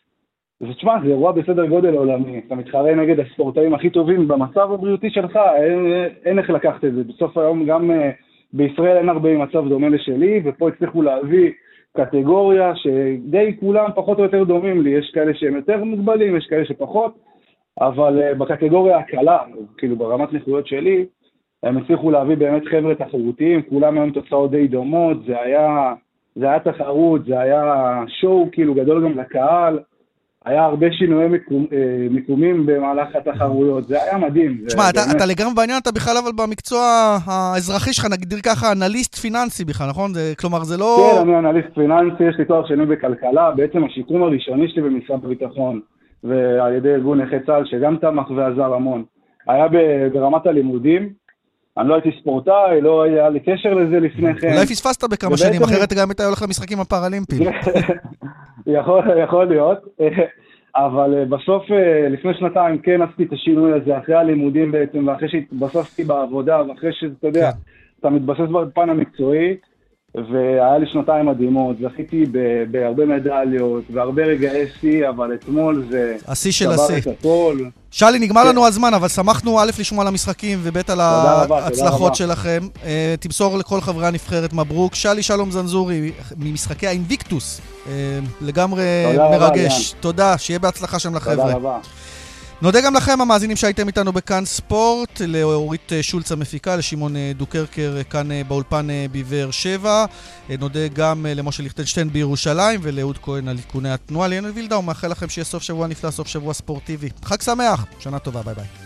זה תשמע, זה אירוע בסדר גודל עולמי, אתה מתחרה נגד הספורטאים הכי טובים במצב הבריאותי שלך, אין, אין איך לקחת את זה, בסוף היום גם בישראל אין הרבה מצב דומה לשלי, ופה הצליחו להביא קטגוריה שדי כולם פחות או יותר דומים לי, יש כאלה שהם יותר מוגבלים, יש כאלה שפחות, אבל uh, בקטגוריה הקלה, כאילו ברמת נכויות שלי, הם הצליחו להביא באמת חבר'ה תחרותיים, כולם היום תוצאות די דומות, זה היה, זה היה תחרות, זה היה שואו כאילו גדול גם לקהל, היה הרבה שינויי מיקום, מיקומים במהלך התחרויות, זה היה מדהים. תשמע, אתה, אתה לגמרי בעניין, אתה בכלל אבל במקצוע האזרחי שלך, נגדיר ככה, אנליסט פיננסי בכלל, נכון? זה, כלומר, זה לא... כן, אני אנליסט פיננסי, יש לי תואר שני בכלכלה, בעצם השיקום הראשוני שלי במשרד הביטחון, ועל ידי ארגון נכי צה"ל, שגם תמך ועזר המון. היה ברמת הלימודים, אני לא הייתי ספורטאי, לא היה לי קשר לזה לפני כן. אולי פספסת בכמה שנים, אחרת גם אתה הולך למשחקים הפראלימפיים. יכול, יכול להיות, אבל בסוף, לפני שנתיים, כן עשיתי את השינוי הזה, אחרי הלימודים בעצם, ואחרי שהתבססתי בעבודה, ואחרי שאתה יודע, אתה מתבסס בפן המקצועי, והיה לי שנתיים מדהימות, זכיתי בהרבה מדליות, והרבה רגעי שיא, אבל אתמול זה... השיא של השיא. שלי, נגמר לנו הזמן, אבל שמחנו א' לשמוע על המשחקים, וב' על ההצלחות שלכם. תמסור לכל חברי הנבחרת מברוק. שלי שלום זנזורי, ממשחקי האינביקטוס, לגמרי מרגש. תודה, שיהיה בהצלחה שם לחבר'ה. תודה רבה. נודה גם לכם, המאזינים שהייתם איתנו בכאן ספורט, לאורית שולץ המפיקה, לשמעון דוקרקר כאן באולפן בבאר שבע. נודה גם למשה ליכטנשטיין בירושלים ולאהוד כהן על עדכוני התנועה. ליאנל וילדאו, מאחל לכם שיהיה סוף שבוע נפלא, סוף שבוע ספורטיבי. חג שמח, שנה טובה, ביי ביי.